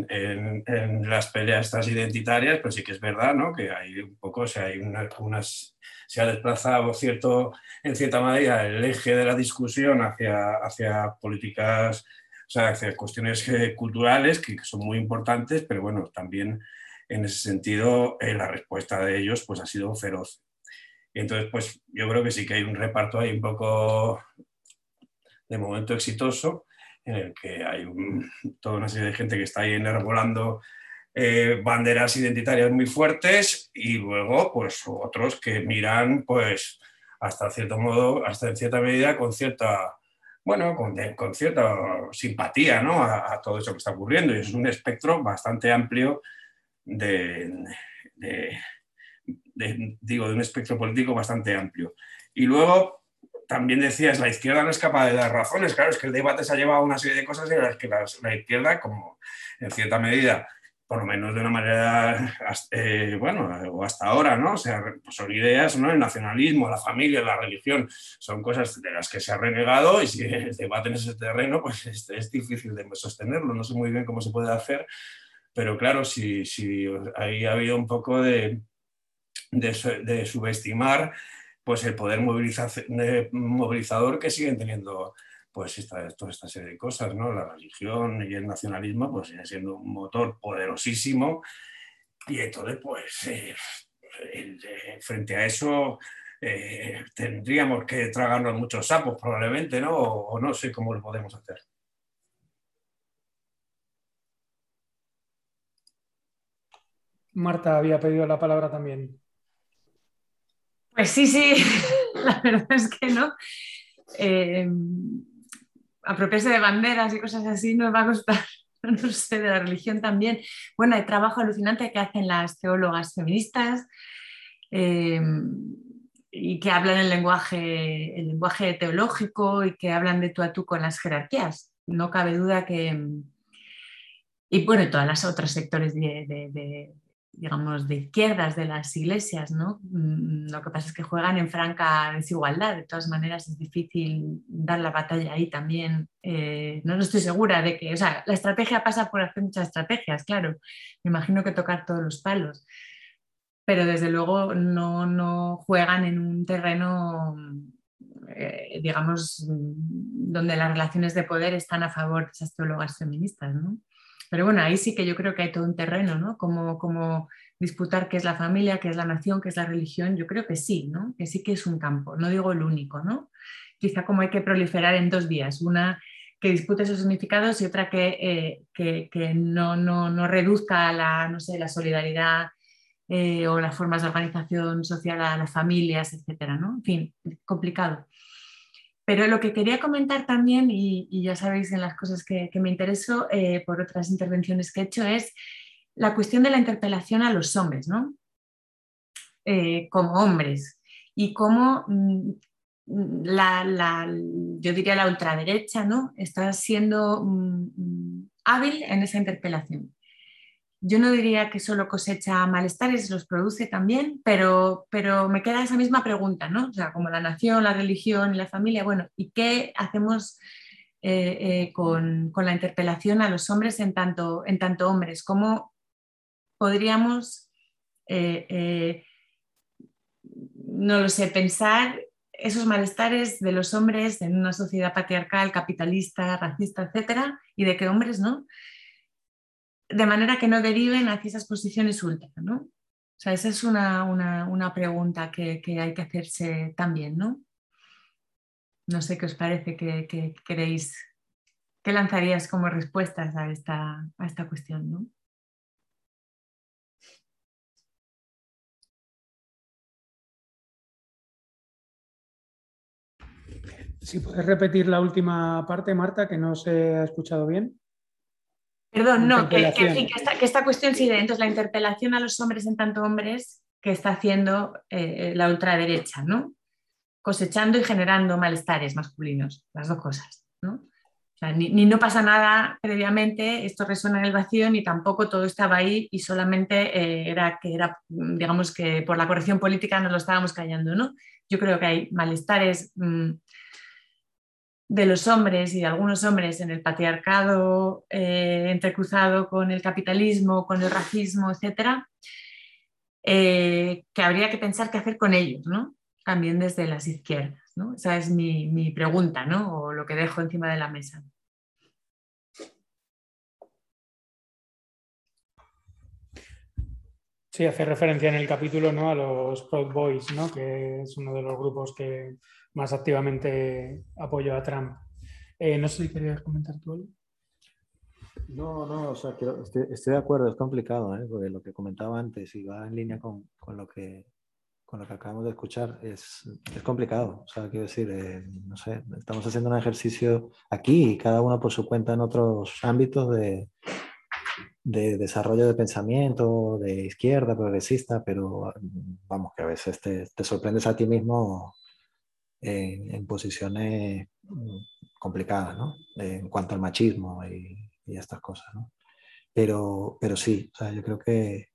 en las peleas estas identitarias, pues sí que es verdad, ¿no? Que hay un poco, o sea, se ha desplazado en cierta medida el eje de la discusión hacia políticas, o sea, hacia cuestiones culturales que son muy importantes, pero bueno, también en ese sentido la respuesta de ellos pues ha sido feroz. Y entonces pues yo creo que sí que hay un reparto ahí un poco de momento exitoso en el que hay toda una serie de gente que está ahí enarbolando banderas identitarias muy fuertes y luego pues otros que miran pues hasta cierto modo, hasta en cierta medida con cierta, bueno, con cierta simpatía, ¿no? A todo eso que está ocurriendo, y es un espectro bastante amplio de, de, de un espectro político bastante amplio. Y luego también decías, la izquierda no es capaz de dar razones. Claro, es que el debate se ha llevado a una serie de cosas en las que la izquierda, como en cierta medida, por lo menos de una manera, bueno, o hasta ahora, ¿no? O sea, pues son ideas, ¿no? El nacionalismo, la familia, la religión, son cosas de las que se ha renegado, y si el debate en ese terreno, pues es difícil de sostenerlo. No sé muy bien cómo se puede hacer, pero claro, si ahí ha habido un poco de subestimar pues el poder movilizador que siguen teniendo pues toda esta serie de cosas, ¿no? La religión y el nacionalismo pues siguen siendo un motor poderosísimo, y entonces pues frente a eso tendríamos que tragarnos muchos sapos probablemente, ¿no? O no sé cómo lo podemos hacer. Marta había pedido la palabra también. Pues sí, la verdad es que no. Apropiarse de banderas y cosas así nos va a costar, no sé, de la religión también. Bueno, hay trabajo alucinante que hacen las teólogas feministas y que hablan el lenguaje teológico y que hablan de tú a tú con las jerarquías. No cabe duda que... Y bueno, todas las otros sectores digamos, de izquierdas de las iglesias, ¿no? Lo que pasa es que juegan en franca desigualdad. De todas maneras, es difícil dar la batalla ahí también. No estoy segura de que, o sea, la estrategia pasa por hacer muchas estrategias, claro. Me imagino que tocar todos los palos. Pero desde luego no juegan en un terreno, digamos, donde las relaciones de poder están a favor de esas teólogas feministas, ¿no? Pero bueno, ahí sí que yo creo que hay todo un terreno, ¿no? Como disputar qué es la familia, qué es la nación, qué es la religión. Yo creo que sí, ¿no? Que sí que es un campo, no digo el único, ¿no? Quizá como hay que proliferar en dos vías, una que dispute esos significados y otra que no reduzca no sé, la solidaridad o las formas de organización social a las familias, etcétera, ¿no? En fin, complicado. Pero lo que quería comentar también, y ya sabéis en las cosas que me intereso por otras intervenciones que he hecho, es la cuestión de la interpelación a los hombres, ¿no? Como hombres, y cómo yo diría la ultraderecha, ¿no? Está siendo hábil en esa interpelación. Yo no diría que solo cosecha malestares, los produce también, pero me queda esa misma pregunta, ¿no? O sea, como la nación, la religión y la familia, bueno, ¿y qué hacemos con la interpelación a los hombres en tanto hombres? ¿Cómo podríamos, no lo sé, pensar esos malestares de los hombres en una sociedad patriarcal, capitalista, racista, etcétera, y de qué hombres no? De manera que no deriven hacia esas posiciones ultra, ¿no? O sea, esa es una pregunta que hay que hacerse también, ¿no? No sé qué os parece, que queréis, qué lanzarías como respuestas a esta cuestión, ¿no? Si puedes repetir la última parte, Marta, que no se ha escuchado bien. Perdón, no, que esta cuestión sigue. Entonces, la interpelación a los hombres en tanto hombres que está haciendo la ultraderecha, ¿no? Cosechando y generando malestares masculinos, las dos cosas, ¿no? O sea, ni no pasa nada previamente, esto resuena en el vacío, ni tampoco todo estaba ahí y solamente era, digamos que por la corrección política nos lo estábamos callando, ¿no? Yo creo que hay malestares de los hombres y de algunos hombres en el patriarcado entrecruzado con el capitalismo, con el racismo, etcétera, que habría que pensar qué hacer con ellos, ¿no? También desde las izquierdas, ¿no? Esa es mi pregunta, ¿no? O lo que dejo encima de la mesa. Sí, hace referencia en el capítulo, ¿no?, a los Proud Boys, ¿no?, que es uno de los grupos que más activamente apoyó a Trump. No sé si querías comentar tú algo. No, o sea, estoy de acuerdo, es complicado, porque lo que comentaba antes y va en línea con lo que acabamos de escuchar, es complicado. O sea, quiero decir, no sé, estamos haciendo un ejercicio aquí, cada uno por su cuenta en otros ámbitos de desarrollo de pensamiento, de izquierda, progresista, pero vamos, que a veces te sorprendes a ti mismo en posiciones complicadas, ¿no? En cuanto al machismo y estas cosas, ¿no? Pero sí, o sea, yo creo que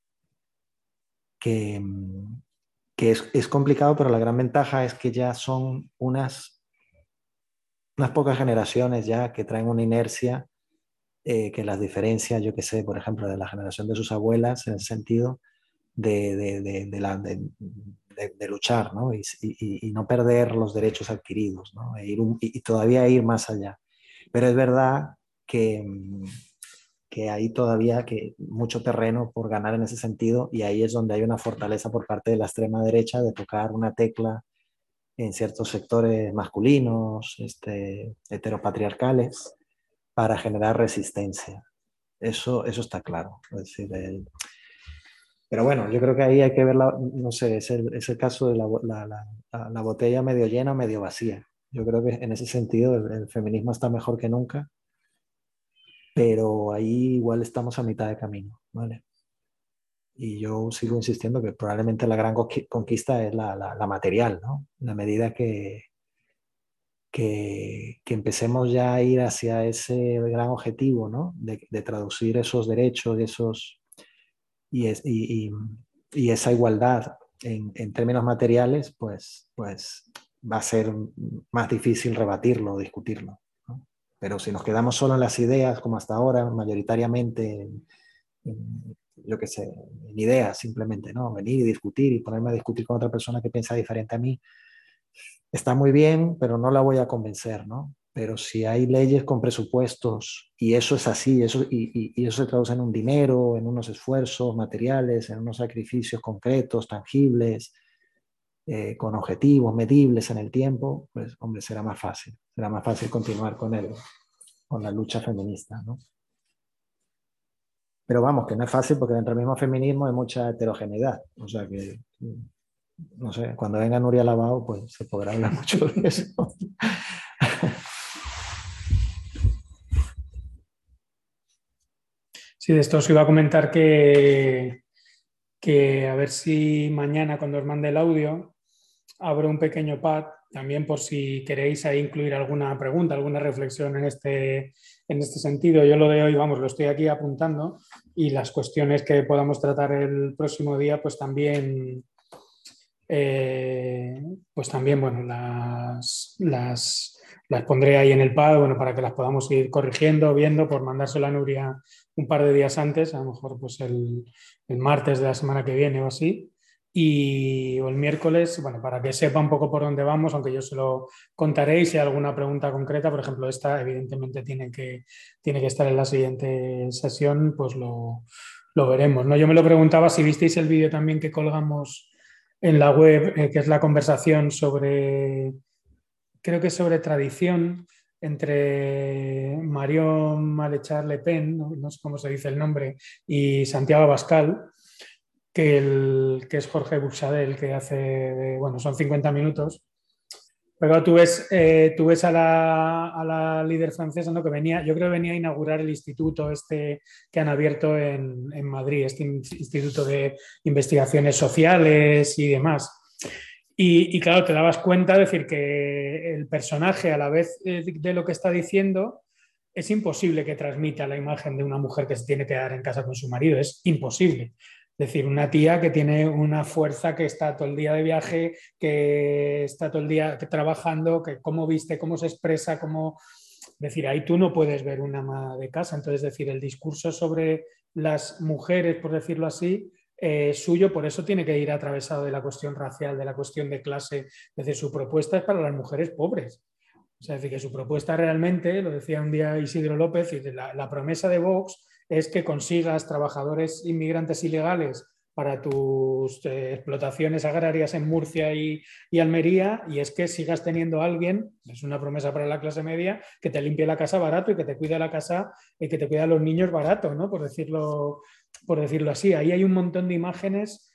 es complicado, pero la gran ventaja es que ya son unas pocas generaciones ya que traen una inercia que las diferencia, yo que sé, por ejemplo, de la generación de sus abuelas, en el sentido de luchar, ¿no? Y no perder los derechos adquiridos, ¿no? Y todavía ir más allá. Pero es verdad que hay todavía mucho terreno por ganar en ese sentido, y ahí es donde hay una fortaleza por parte de la extrema derecha de tocar una tecla en ciertos sectores masculinos, heteropatriarcales, para generar resistencia. Eso está claro. Es decir, pero bueno, yo creo que ahí hay que ver, no sé, es el caso de la botella medio llena o medio vacía. Yo creo que en ese sentido el feminismo está mejor que nunca, pero ahí igual estamos a mitad de camino, ¿vale? Y yo sigo insistiendo que probablemente la gran conquista es la material, ¿no? En la medida que empecemos ya a ir hacia ese gran objetivo, ¿no? De traducir esos derechos y esa igualdad en términos materiales, pues va a ser más difícil rebatirlo o discutirlo, ¿no? Pero si nos quedamos solo en las ideas, como hasta ahora, mayoritariamente, yo qué sé, en ideas simplemente, ¿no? Venir y discutir y ponerme a discutir con otra persona que piensa diferente a mí, está muy bien, pero no la voy a convencer, ¿no? Pero si hay leyes con presupuestos y eso es así, y eso se traduce en un dinero, en unos esfuerzos materiales, en unos sacrificios concretos, tangibles, con objetivos medibles en el tiempo, pues hombre, será más fácil continuar con la lucha feminista, ¿no? Pero vamos, que no es fácil porque dentro del mismo feminismo hay mucha heterogeneidad, o sea que no sé, cuando venga Nuria Lavao, pues se podrá hablar mucho de eso. Sí, de esto os iba a comentar que a ver si mañana, cuando os mande el audio, abro un pequeño pad también por si queréis ahí incluir alguna pregunta, alguna reflexión en este sentido. Yo lo de hoy, vamos, lo estoy aquí apuntando, y las cuestiones que podamos tratar el próximo día, pues también, bueno, las pondré ahí en el pad, bueno, para que las podamos ir corrigiendo, viendo, por mandárselo a Nuria un par de días antes, a lo mejor pues el martes de la semana que viene o así, o el miércoles, bueno, para que sepa un poco por dónde vamos, aunque yo se lo contaré, y si hay alguna pregunta concreta, por ejemplo, esta evidentemente tiene que estar en la siguiente sesión, pues lo veremos, ¿no? Yo me lo preguntaba si visteis el vídeo también que colgamos en la web, que es la conversación creo que sobre tradición entre Marion Maréchal Le Pen, no sé cómo se dice el nombre, y Santiago Abascal, que es Jorge Buxadel, que hace, bueno, son 50 minutos, Pero tú ves a la líder francesa, ¿no? Que venía, yo creo que venía a inaugurar el instituto este que han abierto en Madrid, este instituto de investigaciones sociales y demás. Y claro, te dabas cuenta de decir que el personaje, a la vez de lo que está diciendo, es imposible que transmita la imagen de una mujer que se tiene que quedar en casa con su marido, es imposible. Es decir, una tía que tiene una fuerza, que está todo el día de viaje, que está todo el día trabajando, que cómo viste, cómo se expresa, cómo... Es decir, ahí tú no puedes ver una ama de casa. Entonces, es decir, el discurso sobre las mujeres, por decirlo así, suyo, por eso tiene que ir atravesado de la cuestión racial, de la cuestión de clase. Es decir, su propuesta es para las mujeres pobres. O sea, es decir, que su propuesta realmente, lo decía un día Isidro López, la promesa de Vox es que consigas trabajadores inmigrantes ilegales para tus explotaciones agrarias en Murcia y Almería, y es que sigas teniendo a alguien, es una promesa para la clase media, que te limpie la casa barato y que te cuide la casa y que te cuide a los niños barato, ¿no? Por decirlo así. Ahí hay un montón de imágenes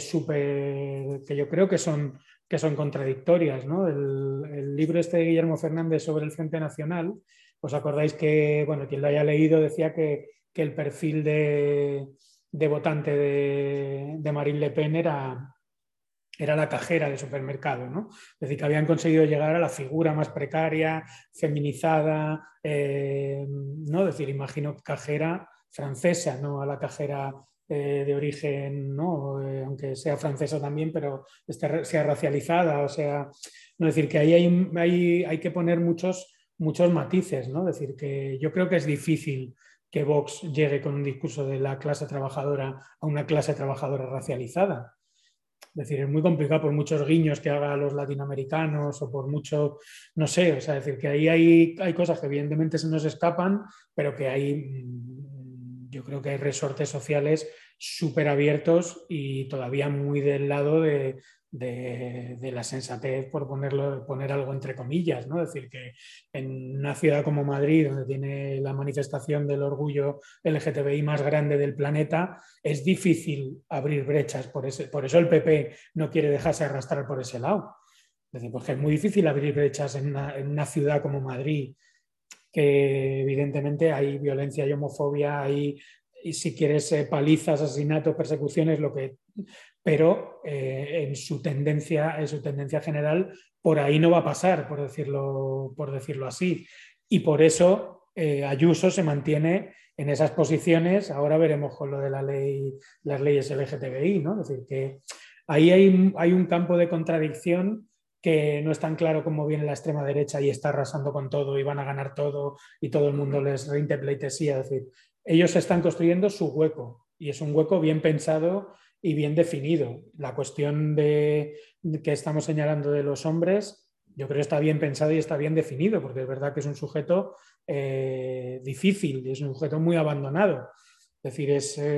que yo creo que son contradictorias, ¿no? El libro este de Guillermo Fernández sobre el Frente Nacional, ¿os acordáis que, bueno, quien lo haya leído decía que el perfil de votante de Marine Le Pen era la cajera de supermercado, ¿no? Es decir, que habían conseguido llegar a la figura más precaria, feminizada, ¿no? Es decir, imagino cajera francesa, no a la cajera de origen, ¿no? Aunque sea francesa también, pero sea racializada, o sea, no, es decir, que ahí hay que poner muchos matices, ¿no? Es decir, que yo creo que es difícil que Vox llegue con un discurso de la clase trabajadora a una clase trabajadora racializada. Es decir, es muy complicado por muchos guiños que haga a los latinoamericanos o por mucho, no sé, o sea, es decir, que ahí hay cosas que evidentemente se nos escapan, pero que yo creo que hay resortes sociales súper abiertos y todavía muy del lado de la sensatez, por poner algo entre comillas, ¿no? Es decir, que en una ciudad como Madrid, donde tiene la manifestación del orgullo LGTBI más grande del planeta, es difícil abrir brechas por eso el PP no quiere dejarse arrastrar por ese lado. Es decir, porque es muy difícil abrir brechas en una ciudad como Madrid, que evidentemente hay violencia y homofobia, y si quieres palizas, asesinatos, persecuciones, pero en su tendencia general por ahí no va a pasar, por decirlo así. Y por eso Ayuso se mantiene en esas posiciones. Ahora veremos con lo de las leyes LGTBI, ¿no? Es decir, que ahí hay un campo de contradicción que no es tan claro como viene la extrema derecha y está arrasando con todo y van a ganar todo y todo el mundo les rinde pleitesía. Es decir, ellos están construyendo su hueco y es un hueco bien pensado y bien definido. La cuestión que estamos señalando de los hombres, yo creo que está bien pensado y está bien definido, porque es verdad que es un sujeto difícil y es un sujeto muy abandonado. Es decir,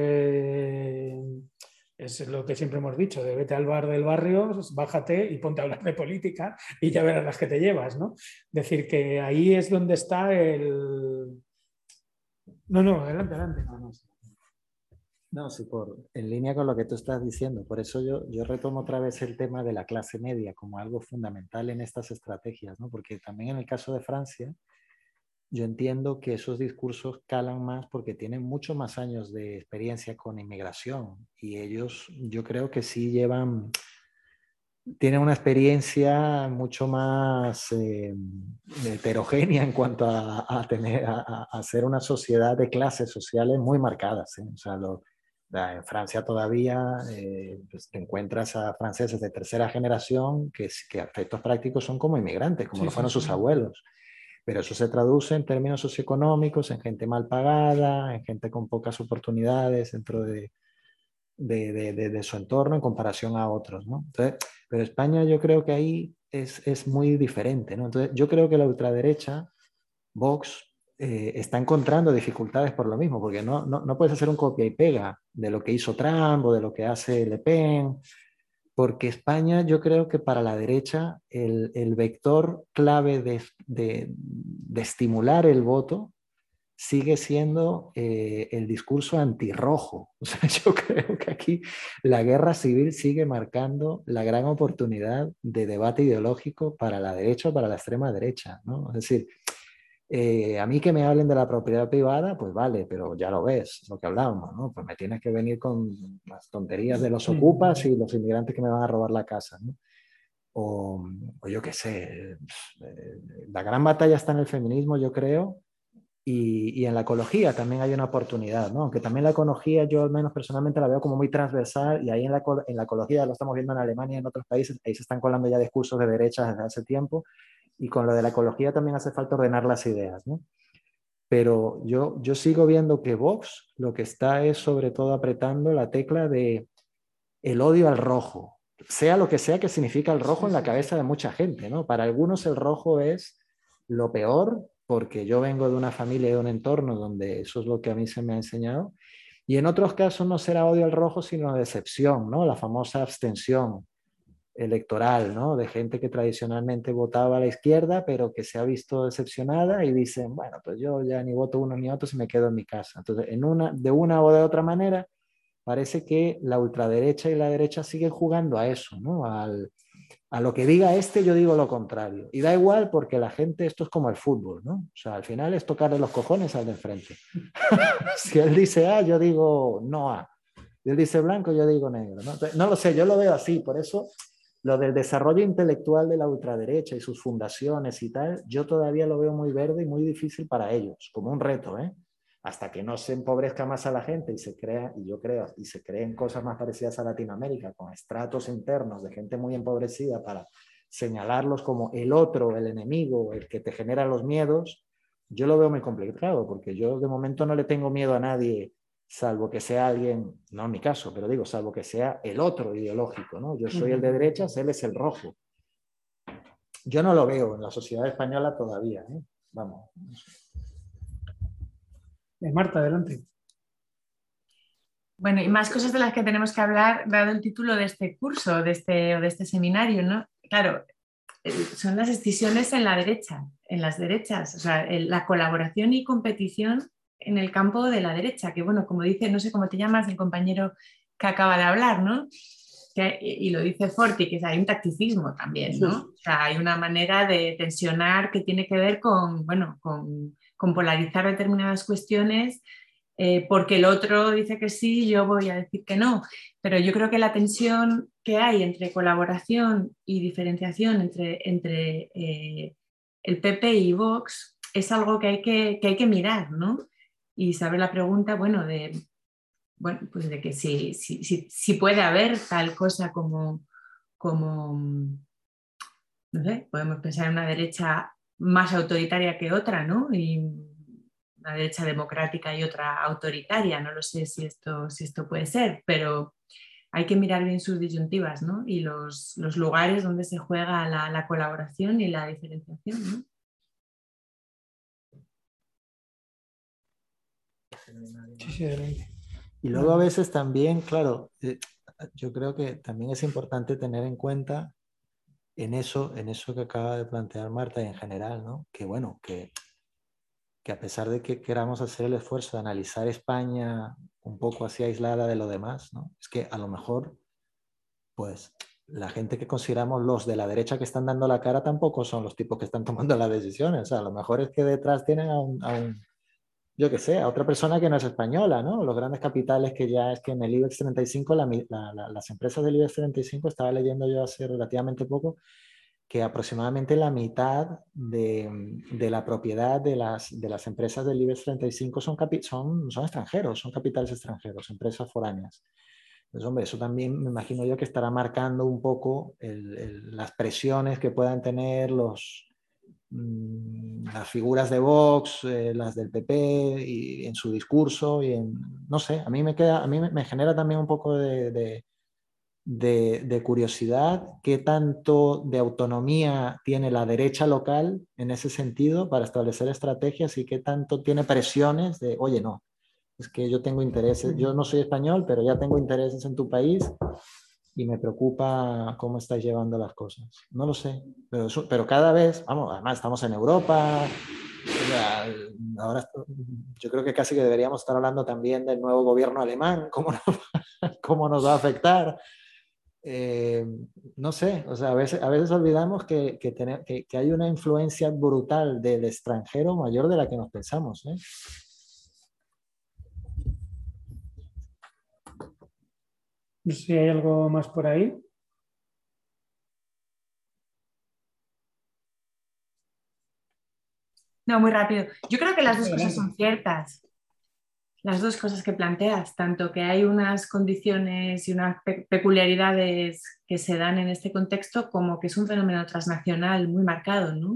es lo que siempre hemos dicho, de vete al bar del barrio, bájate y ponte a hablar de política y ya verás las que te llevas, ¿no? Es decir, que ahí es donde está el... No, adelante. No, sí, en línea con lo que tú estás diciendo. Por eso yo retomo otra vez el tema de la clase media como algo fundamental en estas estrategias, ¿no? Porque también en el caso de Francia, yo entiendo que esos discursos calan más porque tienen mucho más años de experiencia con inmigración y ellos, yo creo que sí tienen una experiencia mucho más heterogénea en cuanto a ser una sociedad de clases sociales muy marcadas, ¿eh? O sea, en Francia todavía pues te encuentras a franceses de tercera generación que a efectos prácticos son como inmigrantes, como lo fueron sus abuelos. Pero eso se traduce en términos socioeconómicos, en gente mal pagada, en gente con pocas oportunidades dentro de su entorno en comparación a otros, ¿no? Entonces, pero España yo creo que ahí es muy diferente, ¿no? Entonces, yo creo que la ultraderecha, Vox, está encontrando dificultades por lo mismo, porque no puedes hacer un copia y pega de lo que hizo Trump o de lo que hace Le Pen, porque España yo creo que para la derecha el vector clave de estimular el voto sigue siendo el discurso antirrojo. O sea, yo creo que aquí la guerra civil sigue marcando la gran oportunidad de debate ideológico para la derecha o para la extrema derecha, ¿no? Es decir, a mí que me hablen de la propiedad privada, pues vale, pero ya lo ves, es lo que hablábamos, ¿no? Pues me tienes que venir con las tonterías de los ocupas y los inmigrantes que me van a robar la casa, ¿no? O yo qué sé, la gran batalla está en el feminismo, yo creo, y en la ecología también hay una oportunidad, ¿no? Aunque también la ecología yo al menos personalmente la veo como muy transversal y ahí en la ecología, lo estamos viendo en Alemania y en otros países, ahí se están colando ya discursos de derechas desde hace tiempo y con lo de la ecología también hace falta ordenar las ideas, ¿no? Pero yo sigo viendo que Vox lo que está es sobre todo apretando la tecla de el odio al rojo, sea lo que sea que significa el rojo en la cabeza de mucha gente, ¿no? Para algunos el rojo es lo peor, porque yo vengo de una familia y de un entorno donde eso es lo que a mí se me ha enseñado, y en otros casos no será odio al rojo, sino decepción, ¿no? La famosa abstención electoral, ¿no? De gente que tradicionalmente votaba a la izquierda, pero que se ha visto decepcionada y dicen, bueno, pues yo ya ni voto uno ni otro si me quedo en mi casa. Entonces, de una o de otra manera, parece que la ultraderecha y la derecha siguen jugando a eso, ¿no? A lo que diga este, yo digo lo contrario. Y da igual porque la gente, esto es como el fútbol, ¿no? O sea, al final es tocarle los cojones al de enfrente. Si él dice A, yo digo no A. Si él dice blanco, yo digo negro, ¿no? No lo sé, yo lo veo así. Por eso, lo del desarrollo intelectual de la ultraderecha y sus fundaciones y tal, yo todavía lo veo muy verde y muy difícil para ellos, como un reto, ¿eh? Hasta que no se empobrezca más a la gente y se crea, y yo creo, y se creen cosas más parecidas a Latinoamérica, con estratos internos de gente muy empobrecida para señalarlos como el otro, el enemigo, el que te genera los miedos, yo lo veo muy complicado, porque yo de momento no le tengo miedo a nadie, salvo que sea alguien, no en mi caso, pero digo, salvo que sea el otro ideológico, ¿no? Yo soy el de derechas, él es el rojo. Yo no lo veo en la sociedad española todavía, ¿eh? Vamos. Marta, adelante. Bueno, y más cosas de las que tenemos que hablar, dado el título de este curso, de este seminario, ¿no? Claro, son las escisiones en la derecha, en las derechas, o sea, la colaboración y competición en el campo de la derecha, que bueno, como dice, no sé cómo te llamas, el compañero que acaba de hablar, ¿no? Y lo dice Forti, que hay un tacticismo también, ¿no? O sea, hay una manera de tensionar que tiene que ver con, bueno, con polarizar determinadas cuestiones, porque el otro dice que sí, yo voy a decir que no. Pero yo creo que la tensión que hay entre colaboración y diferenciación entre el PP y Vox es algo que hay que mirar, ¿no? Y saber la pregunta, bueno, pues de que si puede haber tal cosa como, no sé, podemos pensar en una derecha más autoritaria que otra, ¿no? Y una derecha democrática y otra autoritaria, no lo sé si esto puede ser, pero hay que mirar bien sus disyuntivas, ¿no? Y los lugares donde se juega la colaboración y la diferenciación, ¿no? Sí, adelante. Y luego a veces también, claro, yo creo que también es importante tener en cuenta en eso que acaba de plantear Marta y en general, ¿no? Que bueno, que a pesar de que queramos hacer el esfuerzo de analizar España un poco así aislada de lo demás, ¿no? Es que a lo mejor, pues, la gente que consideramos los de la derecha que están dando la cara tampoco son los tipos que están tomando las decisiones. O sea, a lo mejor es que detrás tienen a un yo que sé, a otra persona que no es española, ¿no? Los grandes capitales que ya es que en el IBEX 35, las empresas del IBEX 35, estaba leyendo yo hace relativamente poco, que aproximadamente la mitad de la propiedad de las empresas del IBEX 35 son extranjeros, son capitales extranjeros, empresas foráneas. Pues hombre, eso también me imagino yo que estará marcando un poco las presiones que puedan tener las figuras de Vox, las del PP, y en su discurso, no sé, a mí me genera también un poco de curiosidad qué tanto de autonomía tiene la derecha local en ese sentido para establecer estrategias y qué tanto tiene presiones de, oye, no, es que yo tengo intereses, yo no soy español, pero ya tengo intereses en tu país y me preocupa cómo estáis llevando las cosas. No lo sé, pero cada vez, vamos, además estamos en Europa, O sea, ahora yo creo que casi que deberíamos estar hablando también del nuevo gobierno alemán, cómo nos va a afectar. No sé, o sea, a veces olvidamos que hay una influencia brutal del extranjero mayor de la que nos pensamos, ¿eh? No sé si hay algo más por ahí. No, muy rápido. Yo creo que las dos cosas Adelante. son ciertas. Las dos cosas que planteas, tanto que hay unas condiciones y unas peculiaridades que se dan en este contexto, como que es un fenómeno transnacional muy marcado, ¿no?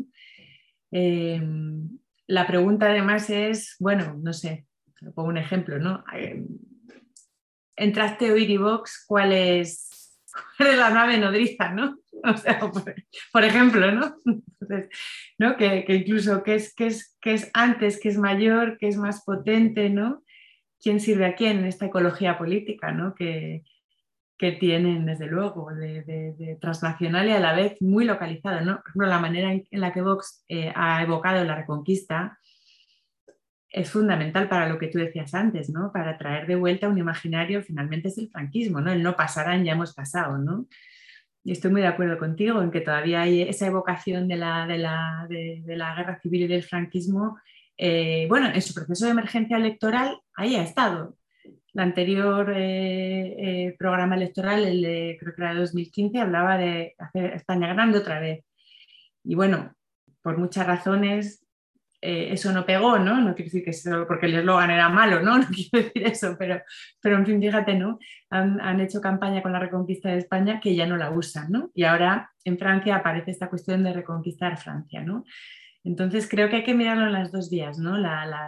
La pregunta además es, bueno, no sé, te pongo un ejemplo, ¿no? Entraste hoy Vox, ¿cuál es la nave nodriza, ¿no? O sea, por ejemplo, ¿no? Entonces, ¿no? Que incluso que es antes, que es mayor, que es más potente, ¿no? ¿Quién sirve a quién en esta ecología política, ¿no? que tienen, desde luego, de transnacional y a la vez muy localizado, ¿no? Por ejemplo, la manera en la que Vox ha evocado la Reconquista es fundamental para lo que tú decías antes, ¿no? Para traer de vuelta un imaginario, finalmente es el franquismo, ¿no? El no pasarán, ya hemos pasado, ¿no? Y estoy muy de acuerdo contigo en que todavía hay esa evocación de la guerra civil y del franquismo. Bueno, en su proceso de emergencia electoral, ahí ha estado. El anterior programa electoral, el de, creo que era de 2015, hablaba de hacer España grande otra vez. Y bueno, por muchas razones eso no pegó, ¿no? No quiero decir que solo porque el eslogan era malo, ¿no? No quiero decir eso, pero en fin, fíjate, ¿no? Han hecho campaña con la reconquista de España que ya no la usan, ¿no? Y ahora en Francia aparece esta cuestión de reconquistar Francia, ¿no? Entonces creo que hay que mirarlo en las dos vías, ¿no?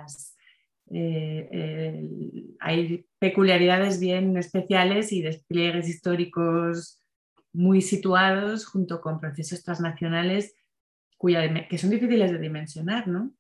Hay peculiaridades bien especiales y despliegues históricos muy situados junto con procesos transnacionales que son difíciles de dimensionar, ¿no?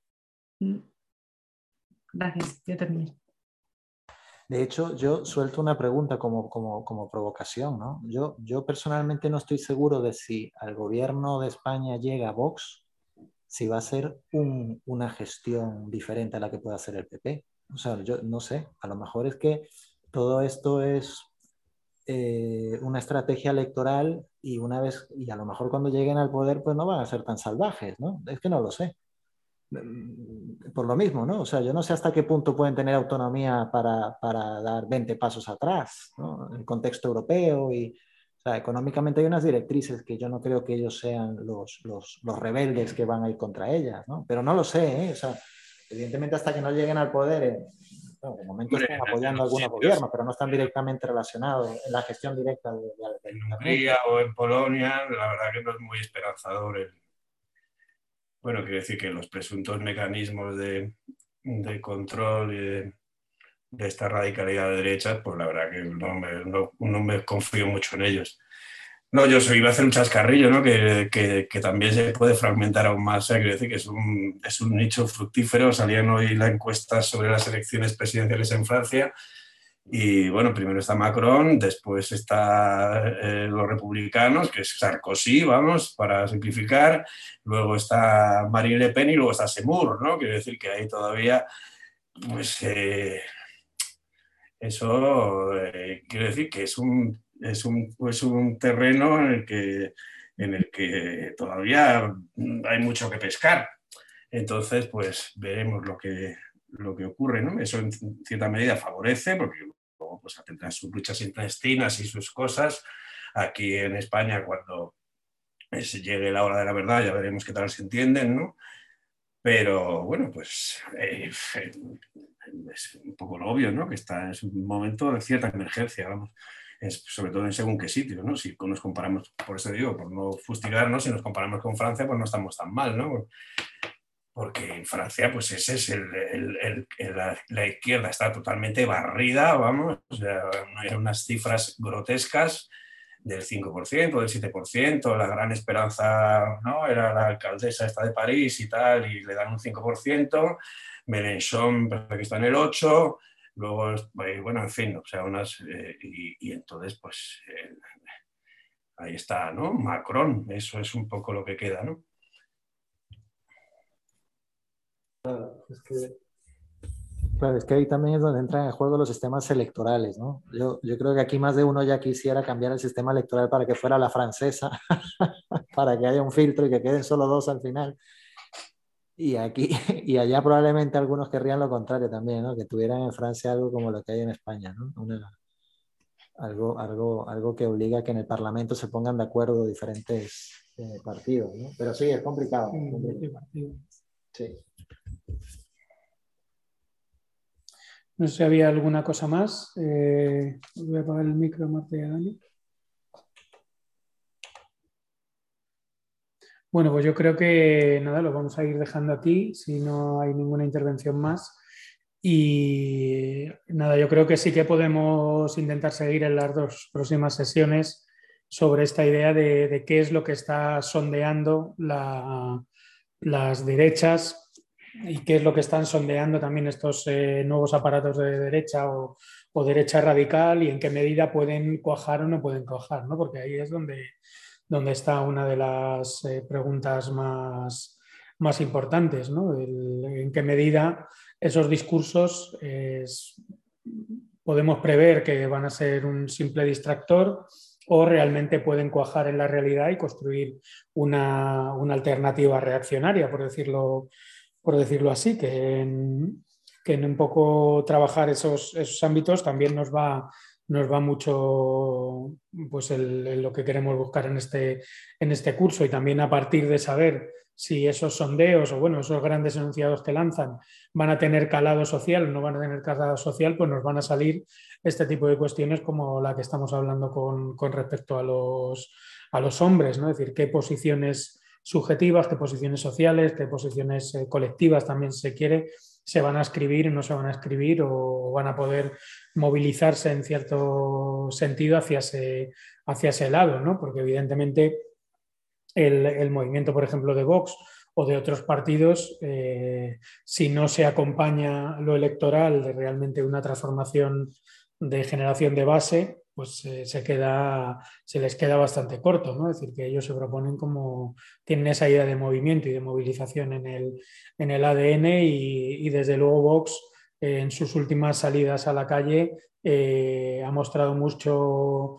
Gracias, yo termino. De hecho, yo suelto una pregunta como provocación, ¿no? Yo personalmente no estoy seguro de si al gobierno de España llega Vox, si va a ser una gestión diferente a la que pueda hacer el PP. O sea, yo no sé, a lo mejor es que todo esto es una estrategia electoral y a lo mejor cuando lleguen al poder, pues no van a ser tan salvajes, ¿no? Es que no lo sé. Por lo mismo, ¿no? O sea, yo no sé hasta qué punto pueden tener autonomía para dar 20 pasos atrás, ¿no? En el contexto europeo o sea, económicamente hay unas directrices que yo no creo que ellos sean los rebeldes que van a ir contra ellas, ¿no? Pero no lo sé, ¿eh? O sea, evidentemente hasta que no lleguen al poder, bueno, de momento Hombre, están en apoyando a los algunos sitios, gobiernos, pero no están directamente relacionados en la gestión directa del en Internet. Hungría o en Polonia, la verdad que no es muy esperanzador. Bueno, quiero decir que los presuntos mecanismos de control y de esta radicalidad de derechas, pues la verdad que no me confío mucho en ellos. No, iba a hacer un chascarrillo, ¿no? Que también se puede fragmentar aún más. O sea, quiero decir que es un nicho fructífero. Salían hoy las encuestas sobre las elecciones presidenciales en Francia. Y bueno, primero está Macron, después está los republicanos, que es Sarkozy, vamos, para simplificar. Luego está Marine Le Pen y luego está Semur, ¿no? Quiero decir que ahí todavía, pues eso quiero decir que es un terreno en el que todavía hay mucho que pescar. Entonces, pues veremos lo que ocurre, ¿no? Eso en cierta medida favorece, porque luego pues, tendrán sus luchas intestinas y sus cosas. Aquí en España, cuando llegue la hora de la verdad, ya veremos qué tal se entienden, ¿no? Pero bueno, pues es un poco lo obvio, ¿no? Que es un momento de cierta emergencia, vamos. Sobre todo en según qué sitio, ¿no? Si nos comparamos, por eso digo, por no fustigarnos, si nos comparamos con Francia, pues no estamos tan mal, ¿no? Porque en Francia, pues ese es la izquierda está totalmente barrida, vamos, o sea, hay unas cifras grotescas del 5%, del 7%, la gran esperanza, ¿no? Era la alcaldesa esta de París y tal, y le dan un 5%, Mélenchon parece que está en el 8%, luego, bueno, en fin, o sea, y entonces, pues, ahí está, ¿no? Macron, eso es un poco lo que queda, ¿no? Claro, claro, es que ahí también es donde entran en juego los sistemas electorales, ¿no? Yo creo que aquí más de uno ya quisiera cambiar el sistema electoral para que fuera la francesa, para que haya un filtro y que queden solo 2 al final. Y aquí y allá probablemente algunos querrían lo contrario también, ¿no? Que tuvieran en Francia algo como lo que hay en España, ¿no? Algo que obliga a que en el Parlamento se pongan de acuerdo diferentes partidos, ¿no? Pero sí, es complicado. Sí. No sé si había alguna cosa más. Voy a apagar el micro, Marta y a Dani. Bueno, pues yo creo que nada, lo vamos a ir dejando aquí, si no hay ninguna intervención más. Y nada, yo creo que sí que podemos intentar seguir en las 2 próximas sesiones sobre esta idea de qué es lo que está sondeando las derechas y qué es lo que están sondeando también estos nuevos aparatos de derecha o derecha radical y en qué medida pueden cuajar o no pueden cuajar, ¿no? Porque ahí es donde está una de las preguntas más importantes, ¿no? En qué medida esos discursos podemos prever que van a ser un simple distractor o realmente pueden cuajar en la realidad y construir una alternativa reaccionaria, por decirlo así, que en un poco trabajar esos ámbitos también nos va mucho pues en lo que queremos buscar en este curso, y también a partir de saber si esos sondeos o bueno, esos grandes enunciados que lanzan van a tener calado social o no van a tener calado social, pues nos van a salir este tipo de cuestiones como la que estamos hablando con respecto a los hombres, ¿no? Es decir, qué posiciones subjetivas, qué posiciones sociales, qué posiciones colectivas también se quiere, se van a escribir o no se van a escribir o van a poder movilizarse en cierto sentido hacia ese lado, ¿no? Porque evidentemente el movimiento, por ejemplo, de Vox o de otros partidos, si no se acompaña lo electoral de realmente una transformación de generación de base, pues se les queda bastante corto, ¿no? Es decir, que ellos se proponen tienen esa idea de movimiento y de movilización en el ADN y desde luego Vox en sus últimas salidas a la calle ha mostrado mucho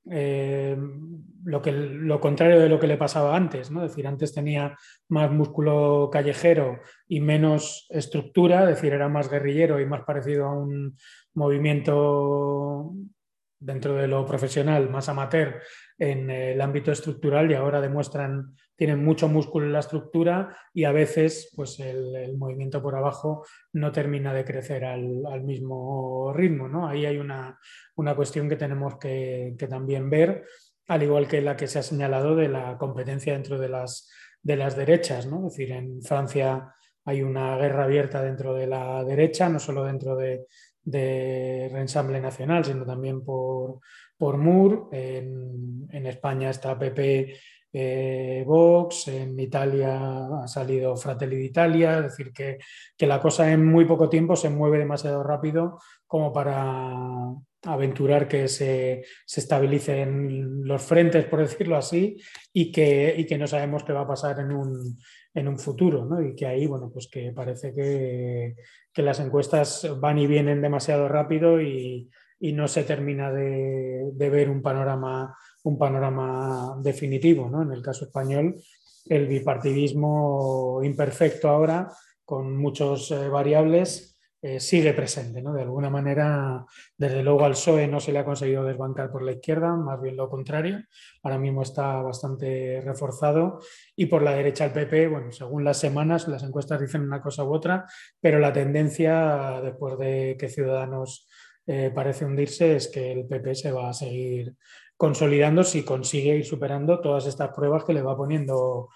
lo contrario de lo que le pasaba antes, ¿no? Es decir, antes tenía más músculo callejero y menos estructura, es decir, era más guerrillero y más parecido a un movimiento dentro de lo profesional, más amateur en el ámbito estructural, y ahora tienen mucho músculo en la estructura y a veces pues el movimiento por abajo no termina de crecer al mismo ritmo, ¿no? Ahí hay una cuestión que tenemos que también ver, al igual que la que se ha señalado de la competencia dentro de las derechas, ¿no? Es decir, en Francia hay una guerra abierta dentro de la derecha, no solo dentro de Reensamble Nacional, sino también por MUR. En España está PP, Vox, en Italia ha salido Fratelli d'Italia, es decir, que la cosa en muy poco tiempo se mueve demasiado rápido como para aventurar que se estabilicen los frentes, por decirlo así, y que no sabemos qué va a pasar en un futuro, ¿no? Y que ahí, bueno, pues que parece que las encuestas van y vienen demasiado rápido y no se termina de ver un panorama definitivo, ¿no? En el caso español, el bipartidismo imperfecto ahora, con muchas variables, sigue presente, ¿no? De alguna manera, desde luego al PSOE no se le ha conseguido desbancar por la izquierda, más bien lo contrario, ahora mismo está bastante reforzado, y por la derecha el PP, bueno, según las semanas, las encuestas dicen una cosa u otra, pero la tendencia, después de que Ciudadanos parece hundirse, es que el PP se va a seguir consolidando si consigue ir superando todas estas pruebas que le va poniendo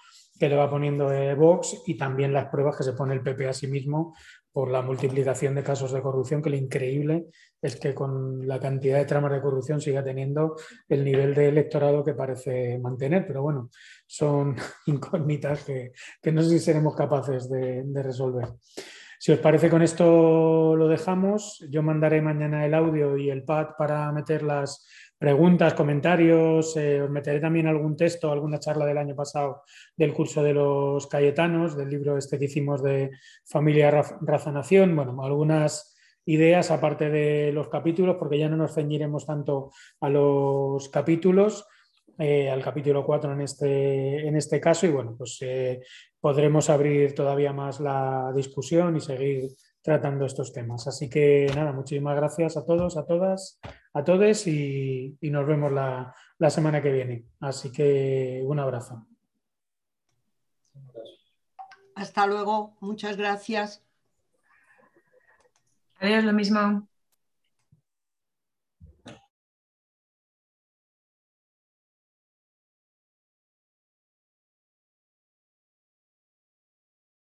Vox, y también las pruebas que se pone el PP a sí mismo por la multiplicación de casos de corrupción, que lo increíble es que con la cantidad de tramas de corrupción siga teniendo el nivel de electorado que parece mantener. Pero bueno, son incógnitas que no sé si seremos capaces de resolver. Si os parece, con esto lo dejamos. Yo mandaré mañana el audio y el pad para meter las preguntas, comentarios. Os meteré también algún texto, alguna charla del año pasado del curso de los Cayetanos, del libro este que hicimos de Familia, Raza, Nación. Bueno, algunas ideas aparte de los capítulos, porque ya no nos ceñiremos tanto a los capítulos, al capítulo 4 en este caso, y bueno, pues podremos abrir todavía más la discusión y seguir tratando estos temas. Así que nada, muchísimas gracias a todos, a todas, a todos, y nos vemos la semana que viene. Así que un abrazo. Hasta luego, muchas gracias. Adiós, lo mismo.